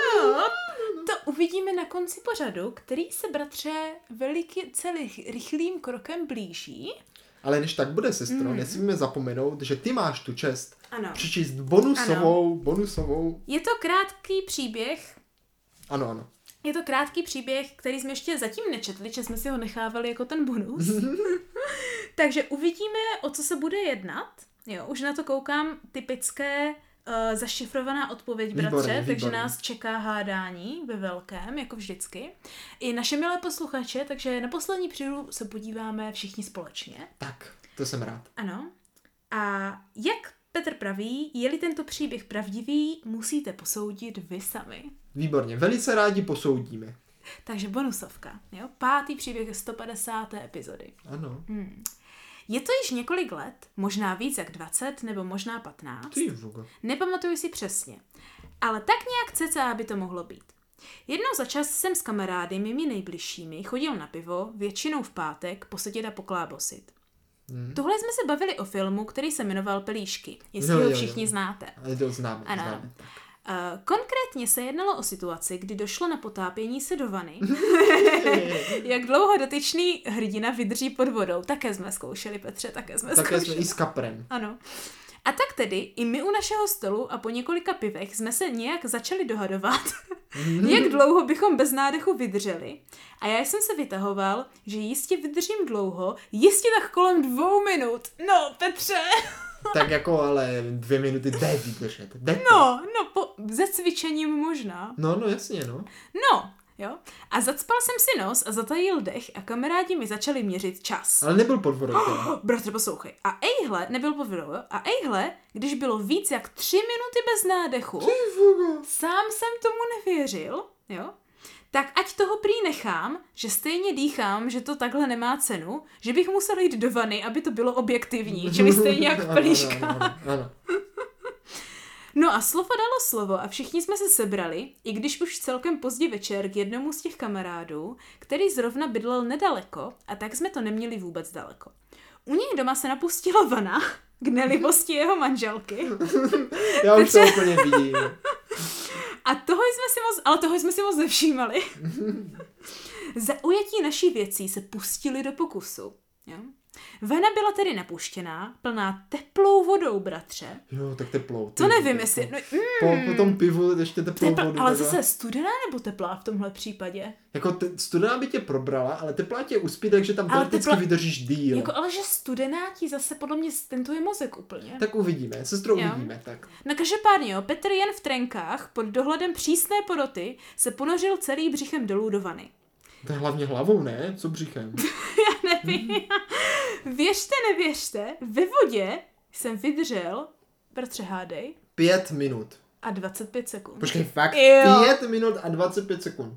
To uvidíme na konci pořadu, který se, bratře, rychlým krokem blíží. Ale než tak bude, sestro, nesmíme zapomenout, že ty máš tu čest přičíst bonusovou. Je to krátký příběh. Ano. Je to krátký příběh, který jsme ještě zatím nečetli, že jsme si ho nechávali jako ten bonus. Takže uvidíme, o co se bude jednat. Jo, už na to koukám, typické zašifrovaná odpověď, bratře, Výborně. takže nás čeká hádání ve velkém, jako vždycky. I naše milé posluchače, takže na poslední příhodu se podíváme všichni společně. Tak, to jsem rád. Ano. A jak Petr praví, je-li tento příběh pravdivý, musíte posoudit vy sami. Výborně, velice rádi posoudíme. Takže bonusovka, jo? 5. příběh 150. epizody. Ano. Je to již několik let, možná víc jak 20, nebo možná 15. Nepamatuju si přesně. Ale tak nějak cca by to mohlo být. Jednou za čas jsem s kamarády, mými nejbližšími, chodil na pivo, většinou v pátek, posedět a poklábosit. Tohle jsme se bavili o filmu, který se jmenoval Pelíšky, jestli ho všichni znáte. Známe. Konkrétně se jednalo o situaci, kdy došlo na potápění se do vany. Jak dlouho dotyčný hrdina vydrží pod vodou. Také jsme zkoušeli, Petře, také jsme i s kaprem. Ano. A tak tedy i my u našeho stolu a po několika pivech jsme se nějak začali dohadovat, jak dlouho bychom bez nádechu vydrželi. A já jsem se vytahoval, že jistě vydržím dlouho, jistě tak kolem 2 minut. No, Petře! Tak jako, ale 2 minuty jde vydržet. Se cvičením možná. No, jasně, no. No, jo. A zacpal jsem si nos a zatajil dech a kamarádi mi začali měřit čas. Ale nebyl pod vodou. Bratře, poslouchej. Nebyl pod vodou, jo. A když bylo víc jak 3 minuty bez nádechu, sám jsem tomu nevěřil, jo. Tak ať toho prý nechám, že stejně dýchám, že to takhle nemá cenu, že bych musel jít do vany, aby to bylo objektivní, čili stejně jak v pelíškách. No a slovo dalo slovo a všichni jsme se sebrali, i když už celkem pozdě večer k jednomu z těch kamarádů, který zrovna bydlel nedaleko, a tak jsme to neměli vůbec daleko. U něj doma se napustila vana k nelibosti jeho manželky. Já už to úplně vidím. A toho jsme si moc nevšímali. Za ujetí naší věcí se pustili do pokusu. Jo? Vana byla tedy napuštěná, plná teplou vodou, bratře. Jo, tak teplou. To nevím, jestli... Po tom pivu ještě teplou vodu. Ale zase studená nebo teplá v tomhle případě? Jako studená by tě probrala, ale teplá tě uspí, takže tam teoreticky vydržíš díl. Jako, ale že studená ti zase podle mě stentuje mozek úplně. Tak uvidíme, sestro, uvidíme. Tak. No každopádně, Petr jen v trenkách pod dohledem přísné poroty se ponořil celý břichem dolů do vany. To je hlavně hlavou, ne? Co břichem? Já nevím. Věřte, nevěřte, ve vodě jsem vydržel, bratře, hádej. 5 minut. A 25 sekund. Počkej, fakt? Jo. 5 minut a 25 sekund.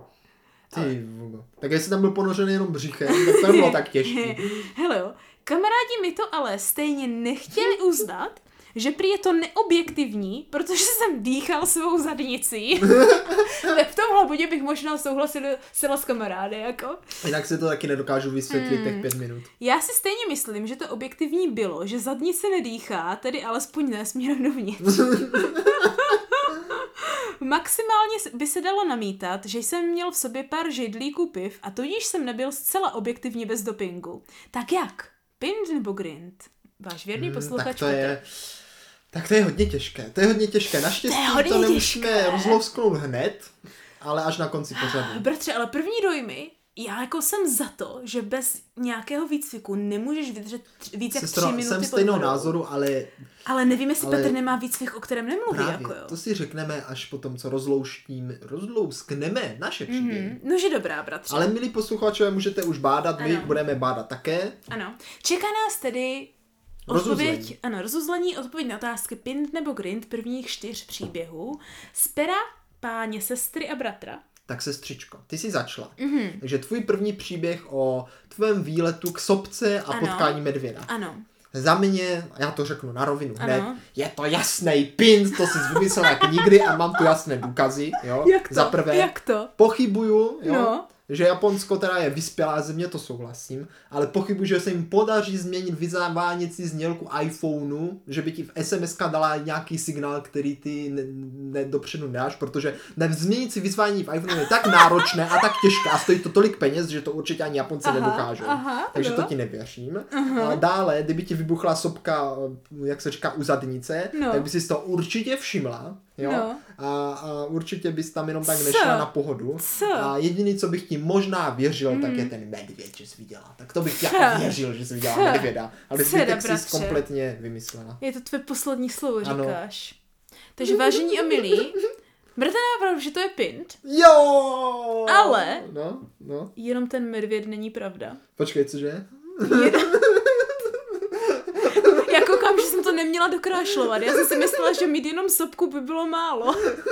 Tak jestli tam byl ponořený jenom břichem, tak to bylo tak těžký. Hele jo, kamarádi mi to ale stejně nechtěli uznat, že prý je to neobjektivní, protože jsem dýchal svou zadnicí. Tak v tomhle bodě bych možná souhlasila s kamarády, jako. Jinak se to taky nedokážu vysvětlit těch 5 minut. Já si stejně myslím, že to objektivní bylo, že zadnice nedýchá, tedy alespoň ne směrem dovnitř. Maximálně by se dalo namítat, že jsem měl v sobě pár židlíků piv a tudíž jsem nebyl zcela objektivně bez dopingu. Tak jak? Pint nebo grind? Váš věrný posluchač Tak to je hodně těžké. Naštěstí to nemusíme rozlousknout hned, ale až na konci pořadu. Bratře, ale první dojmy, já jako jsem za to, že bez nějakého výcviku nemůžeš vydržet víc jak 3 minuty jsem stejného názoru, ale nevím, jestli Petr nemá výcvik, o kterém nemluví. Právě, jako jo. To si řekneme až potom, co rozlouskneme naše příběhy. No, že dobrá, bratře. Ale milí posluchačové, můžete už bádat, my budeme bádat také. Ano. Čeká nás tedy rozuzlení odpověď na otázky Pint nebo Grind prvních 4 příběhů z pera páně, sestry a bratra. Tak sestřičko, ty jsi začala. Takže tvůj první příběh o tvém výletu k sopce a potkání medvěda. Ano. Za mě, já to řeknu na rovinu hned, je to jasnej Pint, to jsi vymyslela jak nikdy a mám tu jasné důkazy. Jo? Jak to? Za prvé, Jak to? Pochybuju, že Japonsko teda je vyspělá země, to souhlasím, ale pochybuji, že se jim podaří změnit vyzáváněcí znělku iPhoneu, že by ti v SMS-ka dala nějaký signál, který ty dopředu nedáš, protože změnit si vyzvání v iPhoneu je tak náročné a tak těžké a stojí to tolik peněz, že to určitě ani Japonci nedokážou. Takže to ti nevěřím. A dále, kdyby ti vybuchla sopka, jak se říká, u zadnice, tak by si to určitě všimla. Jo? A určitě bys tam jenom tak nešla na pohodu. A jediný, co bych ti možná věřil, tak je ten medvěd, že jsi viděla. Tak to bych ti jako věřil, že jsi viděla medvěda. Ale zbytek jsi kompletně vymyslela. Je to tvoje poslední slovo, říkáš. Takže vážení a milí, berte nápravdu, že to je Pint. Jo! Ale no. Jenom ten medvěd není pravda. Počkej, cože? Koukám, že jsem to neměla dokrášlovat. Já jsem si myslela, že mít jenom sopku by bylo málo.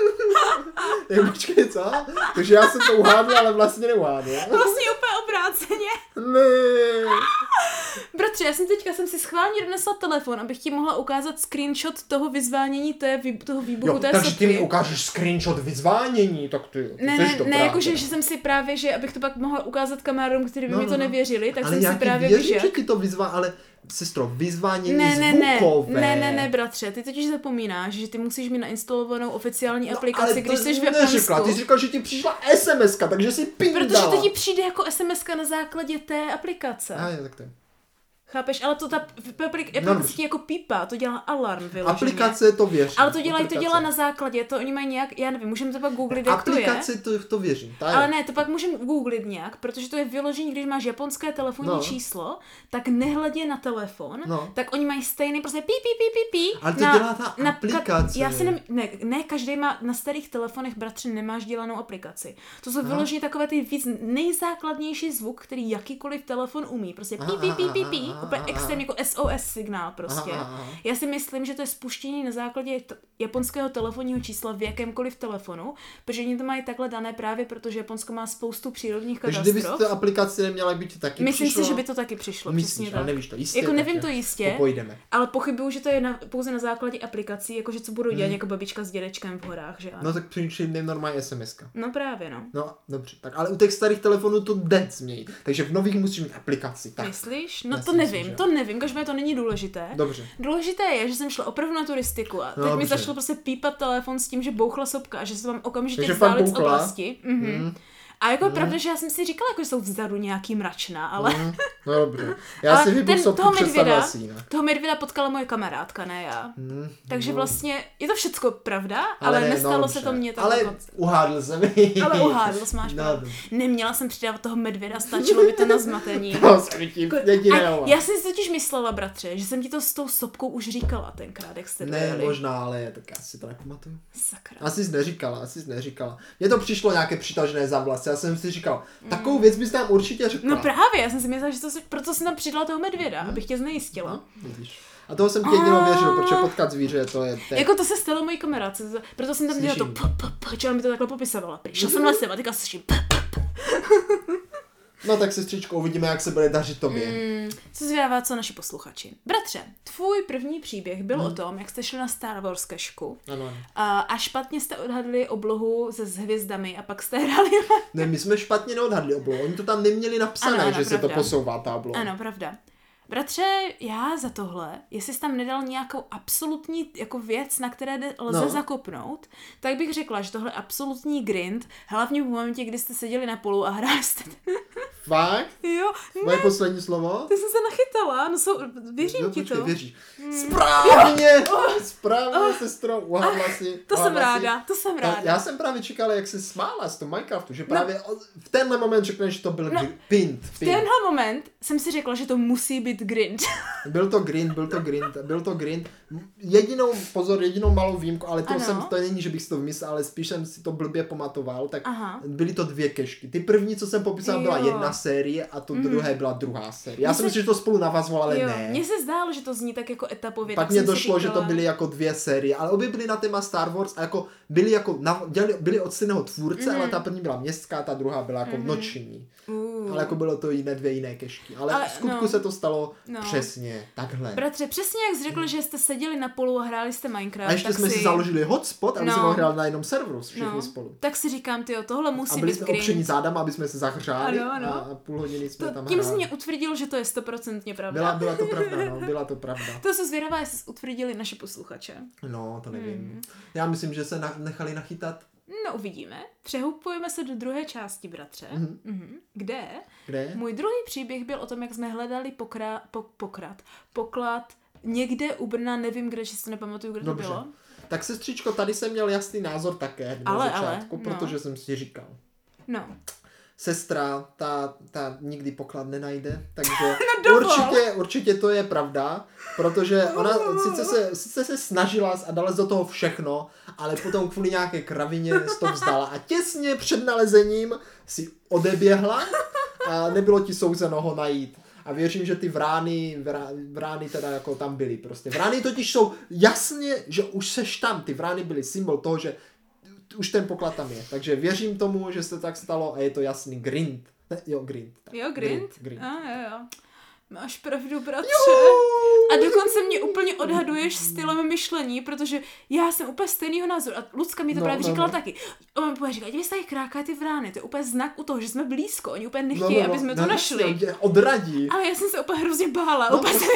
Počkej, co? Takže já jsem to uhádl, ale vlastně neuhádl. Vlastně úplně obráceně. Ne. Bratře, já jsem si schválně donesla telefon, abych ti mohla ukázat screenshot toho vyzvánění toho výbuchu té takže sopky. ty mi ukážeš screenshot vyzvánění, tak ty Ne, jakože že jsem si právě, že abych to pak mohla ukázat kamarádům, kteří by mi to nevěřili, tak jsem si právě věřím, že ti to vyzvá, ale sestro, vyzvánění zvukové. Ne, bratře, ty totiž zapomínáš, že ty musíš mít nainstalovanou oficiální aplikaci, když jsi v Japonsku. Ty jsi říkal, že ti přišla SMS-ka, takže si pindala. Protože to ti přijde jako SMS-ka na základě té aplikace. Tak to je. Chápeš, ale to ta aplikace ti jako pípá, to dělá alarm vyloženě. Aplikace to věří. Ale to dělá na základě, to oni mají nějak, já nevím, můžeme to pak googlit, jak to je. Aplikace to věří. Ale ne, to pak můžeme googlit nějak, protože to je vyložení, když máš japonské telefonní číslo, tak nehledě na telefon, tak oni mají stejný prostě pí. Ale to dělá ta aplikace. Já si ne, každý má na starých telefonech, bratře, nemáš dělanou aplikaci. To jsou vyloženě takové ty víc nejzákladnější zvuk, který jakýkoliv telefon umí. Prostě pí. Úplně extrémně jako SOS signál prostě. Já si myslím, že to je spuštění na základě japonského telefonního čísla v jakémkoliv telefonu, protože oni to mají takhle dané právě, protože Japonsko má spoustu přírodních katastrof. Takže kdyby to aplikace neměla, by to taky Myslím přišlo? si, že by to taky přišlo. Myslíš, ale nevíš to jistě. Jako nevím to jistě, popojdeme. Ale pochybuju, že to je pouze na základě aplikací, jakože co budou dělat jako babička s dědečkem v horách, že ano. No tak přijde normální SMS-ka. No právě, no. No, dobře. Tak ale u těch starých telefonů to jde změnit. Takže v nových musíš mít aplikaci. Tak. Myslíš? No to nevím, každopádně to není důležité. Dobře. Důležité je, že jsem šla opravdu na turistiku a teď mi začalo prostě pípat telefon s tím, že bouchla sopka a že se mám okamžitě vzdálit z oblasti. A jako je pravda, že já jsem si říkala, jako že jsou vzadu nějaký mračna, ale... No dobře. Já si vybuch sopku představila si jinak. Toho medvěda potkala moje kamarádka, ne já. Takže vlastně je to všecko pravda, ale nestalo se to mně tak. Ale uhádl jsem mi. Ale uhádl, máš pravdu. Neměla jsem přidávat toho medvěda, stačilo by to na zmatení. Já jsem si totiž myslela, bratře, že jsem ti to s tou sopkou už říkala tenkrát, jak jste Ne, možná, ale tak já si to nepamatuju. Sakra. Asi jsi neříkala. Mně to přišlo nějaké přitažené za vlasy. Já jsem si říkal, takovou věc bys tam určitě řekla. No právě, já jsem si myslela, že proto jsem tam přidala toho medvěda, abych tě znejistila. No, vidíš. A toho jsem ti jedinou věřil, protože potkat zvíře, to je... Jako to se stalo mojí kamarádce, proto jsem tam dělala to čela mi to takhle popisovala. Přišla jsem lesem a teďka slyším No tak sestřičko, uvidíme, jak se bude dařit tobě. Co zvědává, co naši posluchači. Bratře, tvůj první příběh byl o tom, jak jste šli na Star Wars kešku a špatně jste odhadli oblohu se s hvězdami a pak jste hráli... Ne, my jsme špatně neodhadli oblohu, oni to tam neměli napsané, že pravda. Se to posouvá ta obloha. Ano, pravda. Bratře, já za tohle, jestli jsi tam nedal nějakou absolutní jako věc, na které lze zakopnout, tak bych řekla, že tohle je absolutní grind, hlavně v momentě, kdy jste seděli na polu a hráli jste... Fakt? Jo. Moje poslední slovo? Ty jsi se nachytala, věřím ti to. Věříš. Správně, sestro, uhadla si. To jsem ráda. Já jsem právě čekala, jak jsi smála z toho Minecraftu, že právě v tenhle moment řekneš, že to byl pint. V tenhle moment jsem si řekla, že to musí být grind. Byl to grind. Jedinou malou výjimku, ale to není, že bych si to vymyslel, ale spíš jsem si to blbě pamatoval, tak byly to 2 kešky. Ty první, co jsem popisal, byla jedna série a to druhé byla druhá série. Já si myslím, že to spolu navazovalo, ale ne. Mně se zdálo, že to zní tak jako etapově. Pak mně došlo, že to byly jako 2 série, ale obě byly na téma Star Wars a jako byly od stejného tvůrce, ale ta první byla městská, ta druhá byla jako noční. Ale jako bylo to 2 jiné kešky. Ale v skutku se to stalo přesně takhle. Bratře, přesně jak jsi řekl, že jste seděli na polu a hráli jste Minecraft. A ještě jsme si založili hotspot, aby jsme mohli hrát na jednom serveru všichni spolu. Tak si říkám, tohle musí být grind. A byli jsme opření zádama, aby jsme se zahřáli a půl hodiny jsme tam hráli. Tím jsi mě utvrdil, že to je 100% pravda. Byla to pravda. To se zvědavá, jestli jsi utvrdili naše posluchače. No, to nevím. Já myslím, že se nechali nachytat. No, uvidíme. Přehoupujeme se do druhé části, bratře. Kde? Můj druhý příběh byl o tom, jak jsme hledali poklad někde u Brna, nevím kde, že si nepamatuju, kde to bylo. Tak sestřičko, tady jsem měl jasný názor také na začátku, protože jsem si říkal. Sestra, ta nikdy poklad nenajde, takže určitě to je pravda, protože ona sice se snažila a dala do toho všechno, ale potom kvůli nějaké kravině z toho vzdala a těsně před nalezením si odeběhla a nebylo ti souzeno ho najít. A věřím, že ty vrány teda jako tam byly prostě. Vrány totiž jsou jasně, že už seš tam. Ty vrány byly symbol toho, že už ten poklad tam je. Takže věřím tomu, že se tak stalo a je to jasný grind. Grind. Grind. Jo. Máš pravdu, bratře. A dokonce mě úplně odhaduješ stylem myšlení, protože já jsem úplně stejného názoru. A Lucka mi to právě říkala taky. On mi úplně říkal, když tady krákají ty vrány, to je úplně znak u toho, že jsme blízko. Oni úplně nechtějí, aby jsme to našli. Odradí. Ale já jsem se úplně hrozně bála.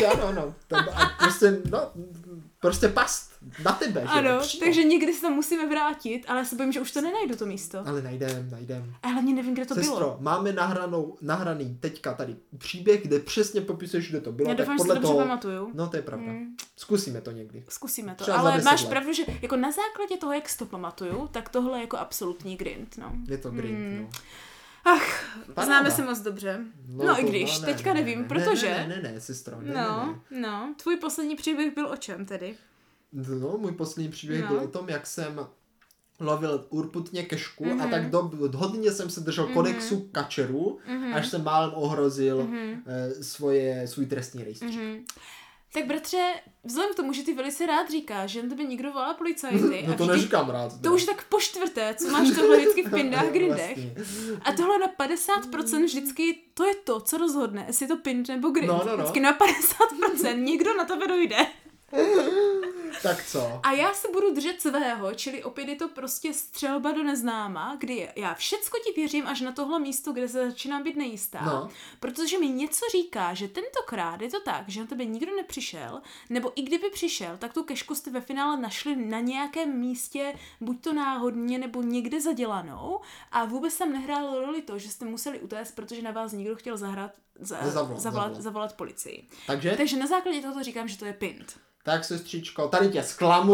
Prostě past na tebe. Ano, takže někdy se tam musíme vrátit, ale já se bojím, že už to nenajdu to místo. Ale najdem. A hlavně nevím, kde to bylo. Máme nahraný teďka tady příběh, kde přesně popisuješ, kde to bylo. Já doufám, že si to dobře pamatuju. No to je pravda. Zkusíme to někdy. Ale máš pravdu, že jako na základě toho, jak si to pamatuju, tak tohle je jako absolutní grind. Je to grind, Ach, známe se moc dobře. No i když, teďka nevím, protože... Ne, sestro, No, tvůj poslední příběh byl o čem tedy? No, můj poslední příběh byl o tom, jak jsem lovil urputně kešku a tak hodně jsem se držel kodexu kačerů, až jsem málem ohrozil svůj trestní rejstřík. Tak bratře, vzhledem k tomu, že ty velice rád říkáš, že na tebe někdo volá policajty. No to neříkám rád. To už tak po čtvrté, co máš tohle vždycky v pindách, grindech. A tohle na 50% vždycky, to je to, co rozhodne, jestli je to pind nebo grind. Vždycky na 50% někdo na tebe dojde. Tak co? A já se budu držet svého, čili opět je to prostě střelba do neznáma, kdy já všecko ti věřím až na tohle místo, kde se začínám být nejistá. Protože mi něco říká, že tentokrát je to tak, že na tebe nikdo nepřišel, nebo i kdyby přišel, tak tu kešku jste ve finále našli na nějakém místě, buď to náhodně, nebo někde zadělanou a vůbec tam nehrálo roli to, že jste museli utéct, protože na vás někdo chtěl zavolat policii. Takže na základě tohoto říkám, že to je pint. Tak sestřičko, tady tě zklamu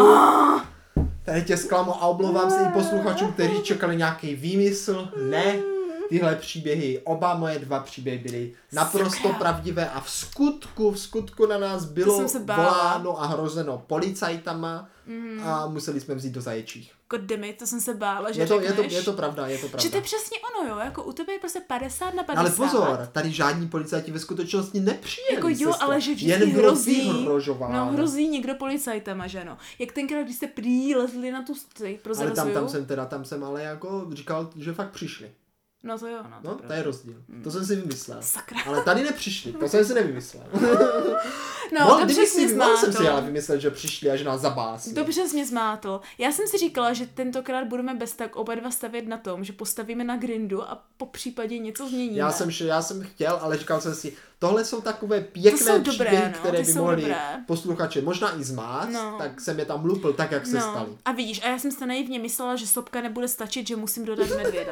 a omlouvám se i posluchačům, kteří čekali nějaký výmysl. Ne, tyhle příběhy, oba moje 2 příběhy byly naprosto pravdivé a v skutku na nás bylo voláno a hrozeno policajtama a museli jsme vzít do zaječích. Goddammit, to jsem se bála, že je to pravda. Že to je přesně ono, jo, jako u tebe je prostě 50 na 50. Ale pozor, tady žádní policajti ve skutečnosti nepřijeli. Jako jo, ale že vždycky hrozí někdo policajtama, že no. Jak tenkrát, když jste prý lezli na tu prozrazuju. Ale tam jsem ale jako říkal, že fakt přišli. No to jo, no. To je rozdíl. To jsem si vymyslel. Sakra. Ale tady nepřišli, to jsem si nevymyslel. No, dobře jsi mě jsem si zmátl. ale vymyslel, že přišli a že nás zabásli. Dobře jsi mě zmátl. Já jsem si říkala, že tentokrát budeme bez tak oba dva stavět na tom, že postavíme na grindu a po případě něco změníme. Já jsem chtěl, ale říkal jsem si, tohle jsou takové pěkné příběhy, které by mohly posluchače možná i zmát, tak jsem je tam lupl tak, jak se staly. A vidíš, a já jsem si naivně myslela, že sopka nebude stačit, že musím dodat medvěda.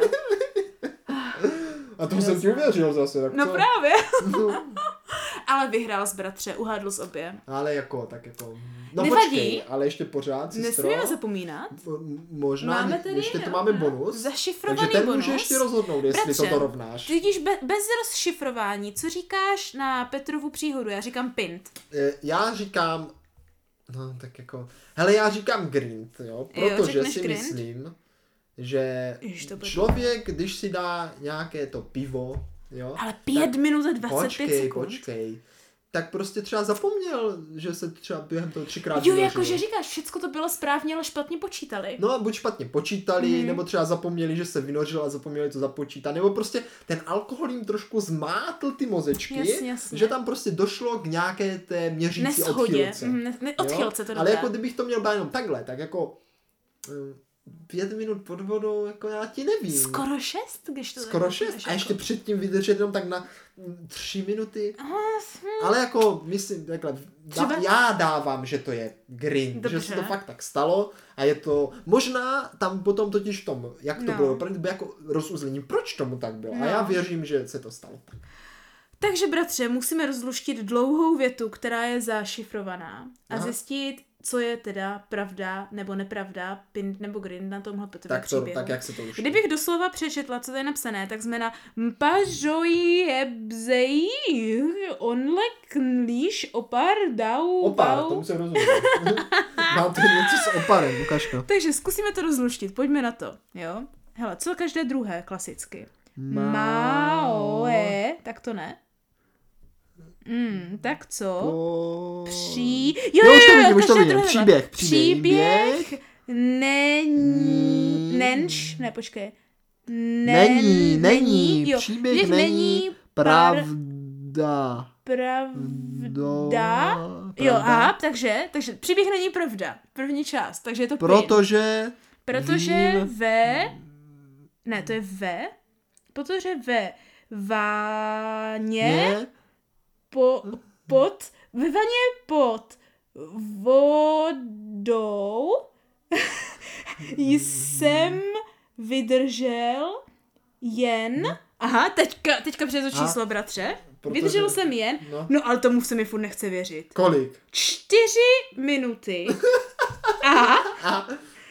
A to jsem ti uvěřil zase. Tak no právě. Ale vyhrál jsi, bratře, uhádl jsi obě. Ale jako, tak jako... No nevadí. Počkej, ale ještě pořád, sestro. Nesmíme zapomínat. Možná, máme tady, ještě to máme bonus. Zašifrovaný takže ten bonus. může ještě rozhodnout, jestli bratře, to dorovnáš. Tudíž bez rozšifrování, co říkáš na Petrovu příhodu? Já říkám pint. Já říkám... No, tak jako... Hele, já říkám grind, jo? Protože si grind? Myslím, že člověk, když si dá nějaké to pivo, jo? Ale 5 minut a 25 sekund. Počkej. Tak prostě třeba zapomněl, že se třeba během toho 3krát Jo, jakože říkáš, všecko to bylo správně, ale špatně počítali. No, buď špatně počítali, nebo třeba zapomněli, že se vynořil a zapomněli to započítat, nebo prostě ten alkohol jim trošku zmátl ty mozečky, jasně. že tam prostě došlo k nějaké té měřící odchylce. Odchylce, to ale jako kdybych to měl být jenom takhle, tak jako 5 minut pod vodou, jako já ti nevím. Skoro 6, když to Skoro 6 a ještě předtím vydržet jenom tak na 3 minuty. Ale jako, myslím, takhle, já dávám, že to je grind, dobře. Že se to fakt tak stalo a je to, možná tam potom totiž v tom, jak to bylo, by jako rozuzlení, proč tomu tak bylo. A já věřím, že se to stalo tak. Takže bratře, musíme rozluštit dlouhou větu, která je zašifrovaná a zjistit, co je teda pravda nebo nepravda, pint nebo grind na tomhle Petrově příběhu. Tak jak se to luští. Kdybych doslova přečetla, co to je napsané, tak znamená Mpažoji ebzejí onlek líš opar dau Opar, to musím rozumět. Mám to něco s oparem, ukažka. Takže zkusíme to rozluštit, pojďme na to, jo. Hele, co každé druhé klasicky? Maoe, tak to ne. Tak co? Jo, už to vidím. Příběh není. Jo, příběh není pravda. Jo, aha, takže příběh není pravda. První část, takže je to Protože ve váně ve vaně pod vodou jsem vydržel jen... Aha, teďka přes to číslo, bratře. Vydržel jsem jen... No, ale tomu se mi furt nechce věřit. Kolik? 4 minuty a...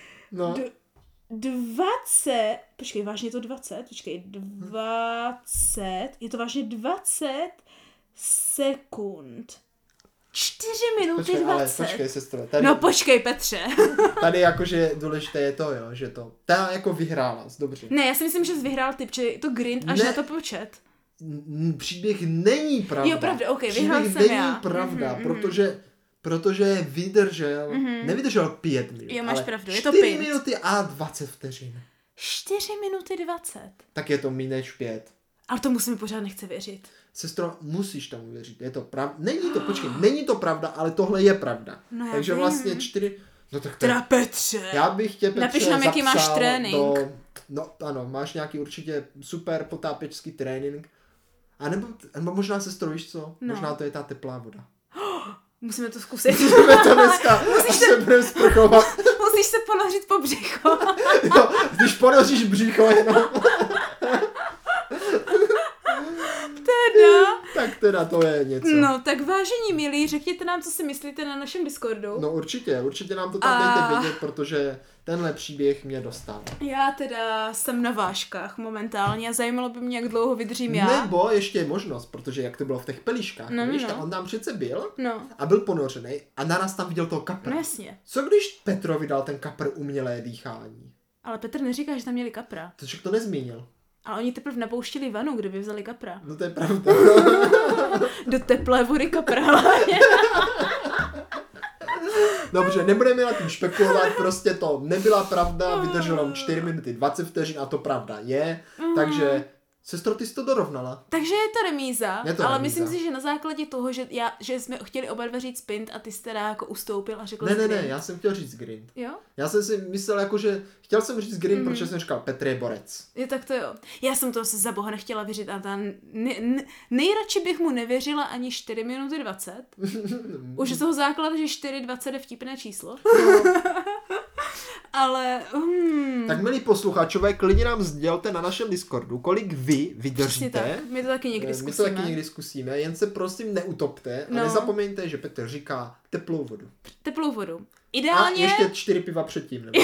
20... Počkej, vážně to 20? Počkej, 20... Je to vážně 20 sekund. 4 minuty 20. Ale počkej, sestro. Tady, no počkej, Petře. Tady jakože důležité je to, jo, že to... Ta jako vyhrála, dobře. Ne, já si myslím, že jsi vyhrál typ, že to grind až na to počet. Příběh není pravda. Jo, pravda, ok, vyhrál jsem Příběh není pravda, protože vydržel, nevydržel 5 minut, jo, máš ale pravdu, je to 4 minuty a 20 vteřin. 4 minuty 20. Tak je to méně než 5. Ale tomu se mi pořád nechce věřit. Sestro, musíš tomu věřit, je to pravda. Není to pravda, ale tohle je pravda. No, takže vlastně 4... No tak teda Petře. Já bych tě, Petře, napiš nám, jaký máš trénink. No ano, máš nějaký určitě super potápěčský trénink. A nebo možná, sestro, víš co? No. Možná to je ta teplá voda. Musíme to zkusit. Musíme to dneska, až se budeme sprchovat. Musíš se ponořit po břicho. Jo, když ponoříš břicho jenom. Tak teda to je něco. No, tak vážení milí, řekněte nám, co si myslíte na našem Discordu. No určitě nám to tam dejte vědět, protože tenhle příběh mě dostal. Já teda jsem na vážkách momentálně a zajímalo by mě, jak dlouho vydržím já. Nebo ještě je možnost, protože jak to bylo v těch pelíškách, víš, tak on tam přece byl a byl ponořený a naraz tam viděl toho kapra. No jasně. Co když Petrovi dal ten kapr umělé dýchání? Ale Petr neříká, že tam měli kapra. To však to nezmínil. Ale oni teprve napouštili vanu, kdyby vzali kapra. No to je pravda. Do teplé vody kapra. Dobře, nebudeme na tím špekulovat, prostě to nebyla pravda, vydrželo 4 minuty 20 vteřin a to pravda je, takže sestro, ty jsi to dorovnala. Takže je to remíza, ale remíza. Myslím si, že na základě toho, že jsme chtěli oba dva říct Pint a ty jsi teda jako ustoupil a řekl Ne, já jsem chtěl říct Grind. Jo? Já jsem si myslel jako, že chtěl jsem říct Grind, protože jsem říkal Petr je borec. Je tak to jo. Já jsem to za boha nechtěla věřit a nejradši bych mu nevěřila ani 4 minuty 20. Už z toho základu, že 4:20 je vtipné číslo. Ale... Tak milí posluchačové, klidně nám sdělte na našem Discordu, kolik vy vydržíte. My to taky někdy zkusíme. Jen se prosím neutopte a nezapomeňte, že Petr říká teplou vodu. Teplou vodu. Ideálně... A ještě 4 piva předtím. Nebo?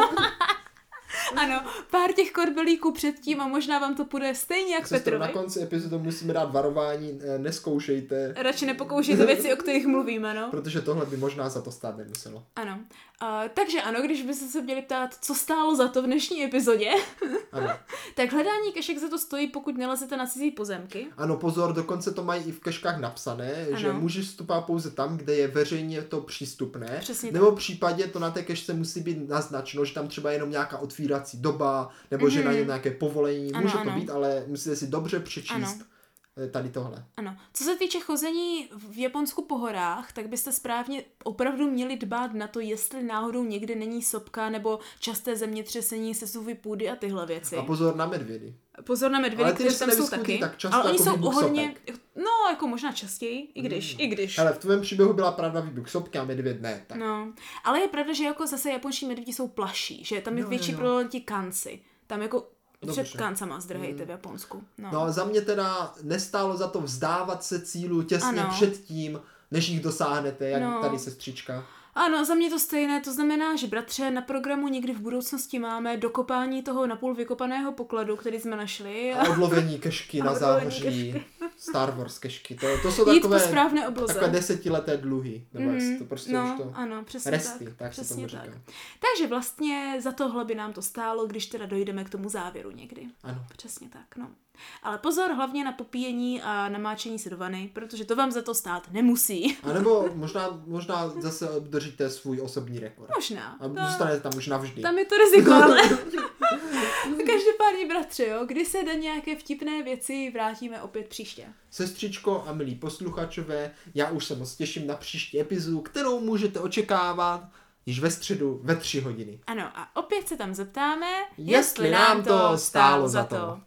Ano, pár těch korbelíků předtím a možná vám to půjde stejně jak Petrovi. Na konci epizody musíme dát varování, neskoušejte. Radši nepokoušejte věci, o kterých mluvíme, no. Protože tohle by možná za to stát nemuselo. Ano. Takže ano, když byste se měli ptát, co stálo za to v dnešní epizodě, ano. tak hledání kešek za to stojí, pokud nelezete na cizí pozemky. Ano, pozor, dokonce to mají i v keškách napsané, že můžeš vstupovat pouze tam, kde je veřejně to přístupné. Přesně nebo v případě to na té kešce musí být naznačeno, že tam třeba jenom nějaká otvírací doba, nebo že na ně nějaké povolení, může to být, ale musíte si dobře přečíst tady tohle. Ano. Co se týče chození v Japonsku po horách, tak byste správně opravdu měli dbát na to, jestli náhodou někde není sopka nebo časté zemětřesení, sesuvy půdy a tyhle věci. A pozor na medvědy. Pozor na medvědy, kteří tam jsou taky. Tak často ale oni jako jsou hodně, sopek. jako možná častěji, i když. Ale v tvém příběhu byla pravda výbuch sopky a medvěd ne. Tak. No, ale je pravda, že jako zase japonští medvědi jsou plaší, že tam je větší problém ti kanci. Tam jako před kancama zdrhejte v Japonsku. No a za mě teda nestálo za to vzdávat se cílu těsně před tím, než jich dosáhnete, jak tady sestřička. Ano, za mě to stejné, to znamená, že bratře, na programu někdy v budoucnosti máme dokopání toho napůl vykopaného pokladu, který jsme našli. A odlovení kešky na záhoří, Star Wars kešky, to jsou takové 10leté dluhy, nebo to prostě už to ano, přesně resty, tak se tomu říká. Takže vlastně za tohle by nám to stálo, když teda dojdeme k tomu závěru někdy. Ano. Přesně tak, no. Ale pozor hlavně na popíjení a namáčení se do vany, protože to vám za to stát nemusí. A nebo možná zase držíte svůj osobní rekord. Možná. A zůstanete tam už navždy. Tam je to riziko, ale každopádně bratře, jo, když se do nějaké vtipné věci vrátíme opět příště. Sestřičko a milí posluchačové, já už se moc těším na příští epizodu, kterou můžete očekávat již ve středu ve 3 hodiny. Ano, a opět se tam zeptáme, jestli nám to stálo za to.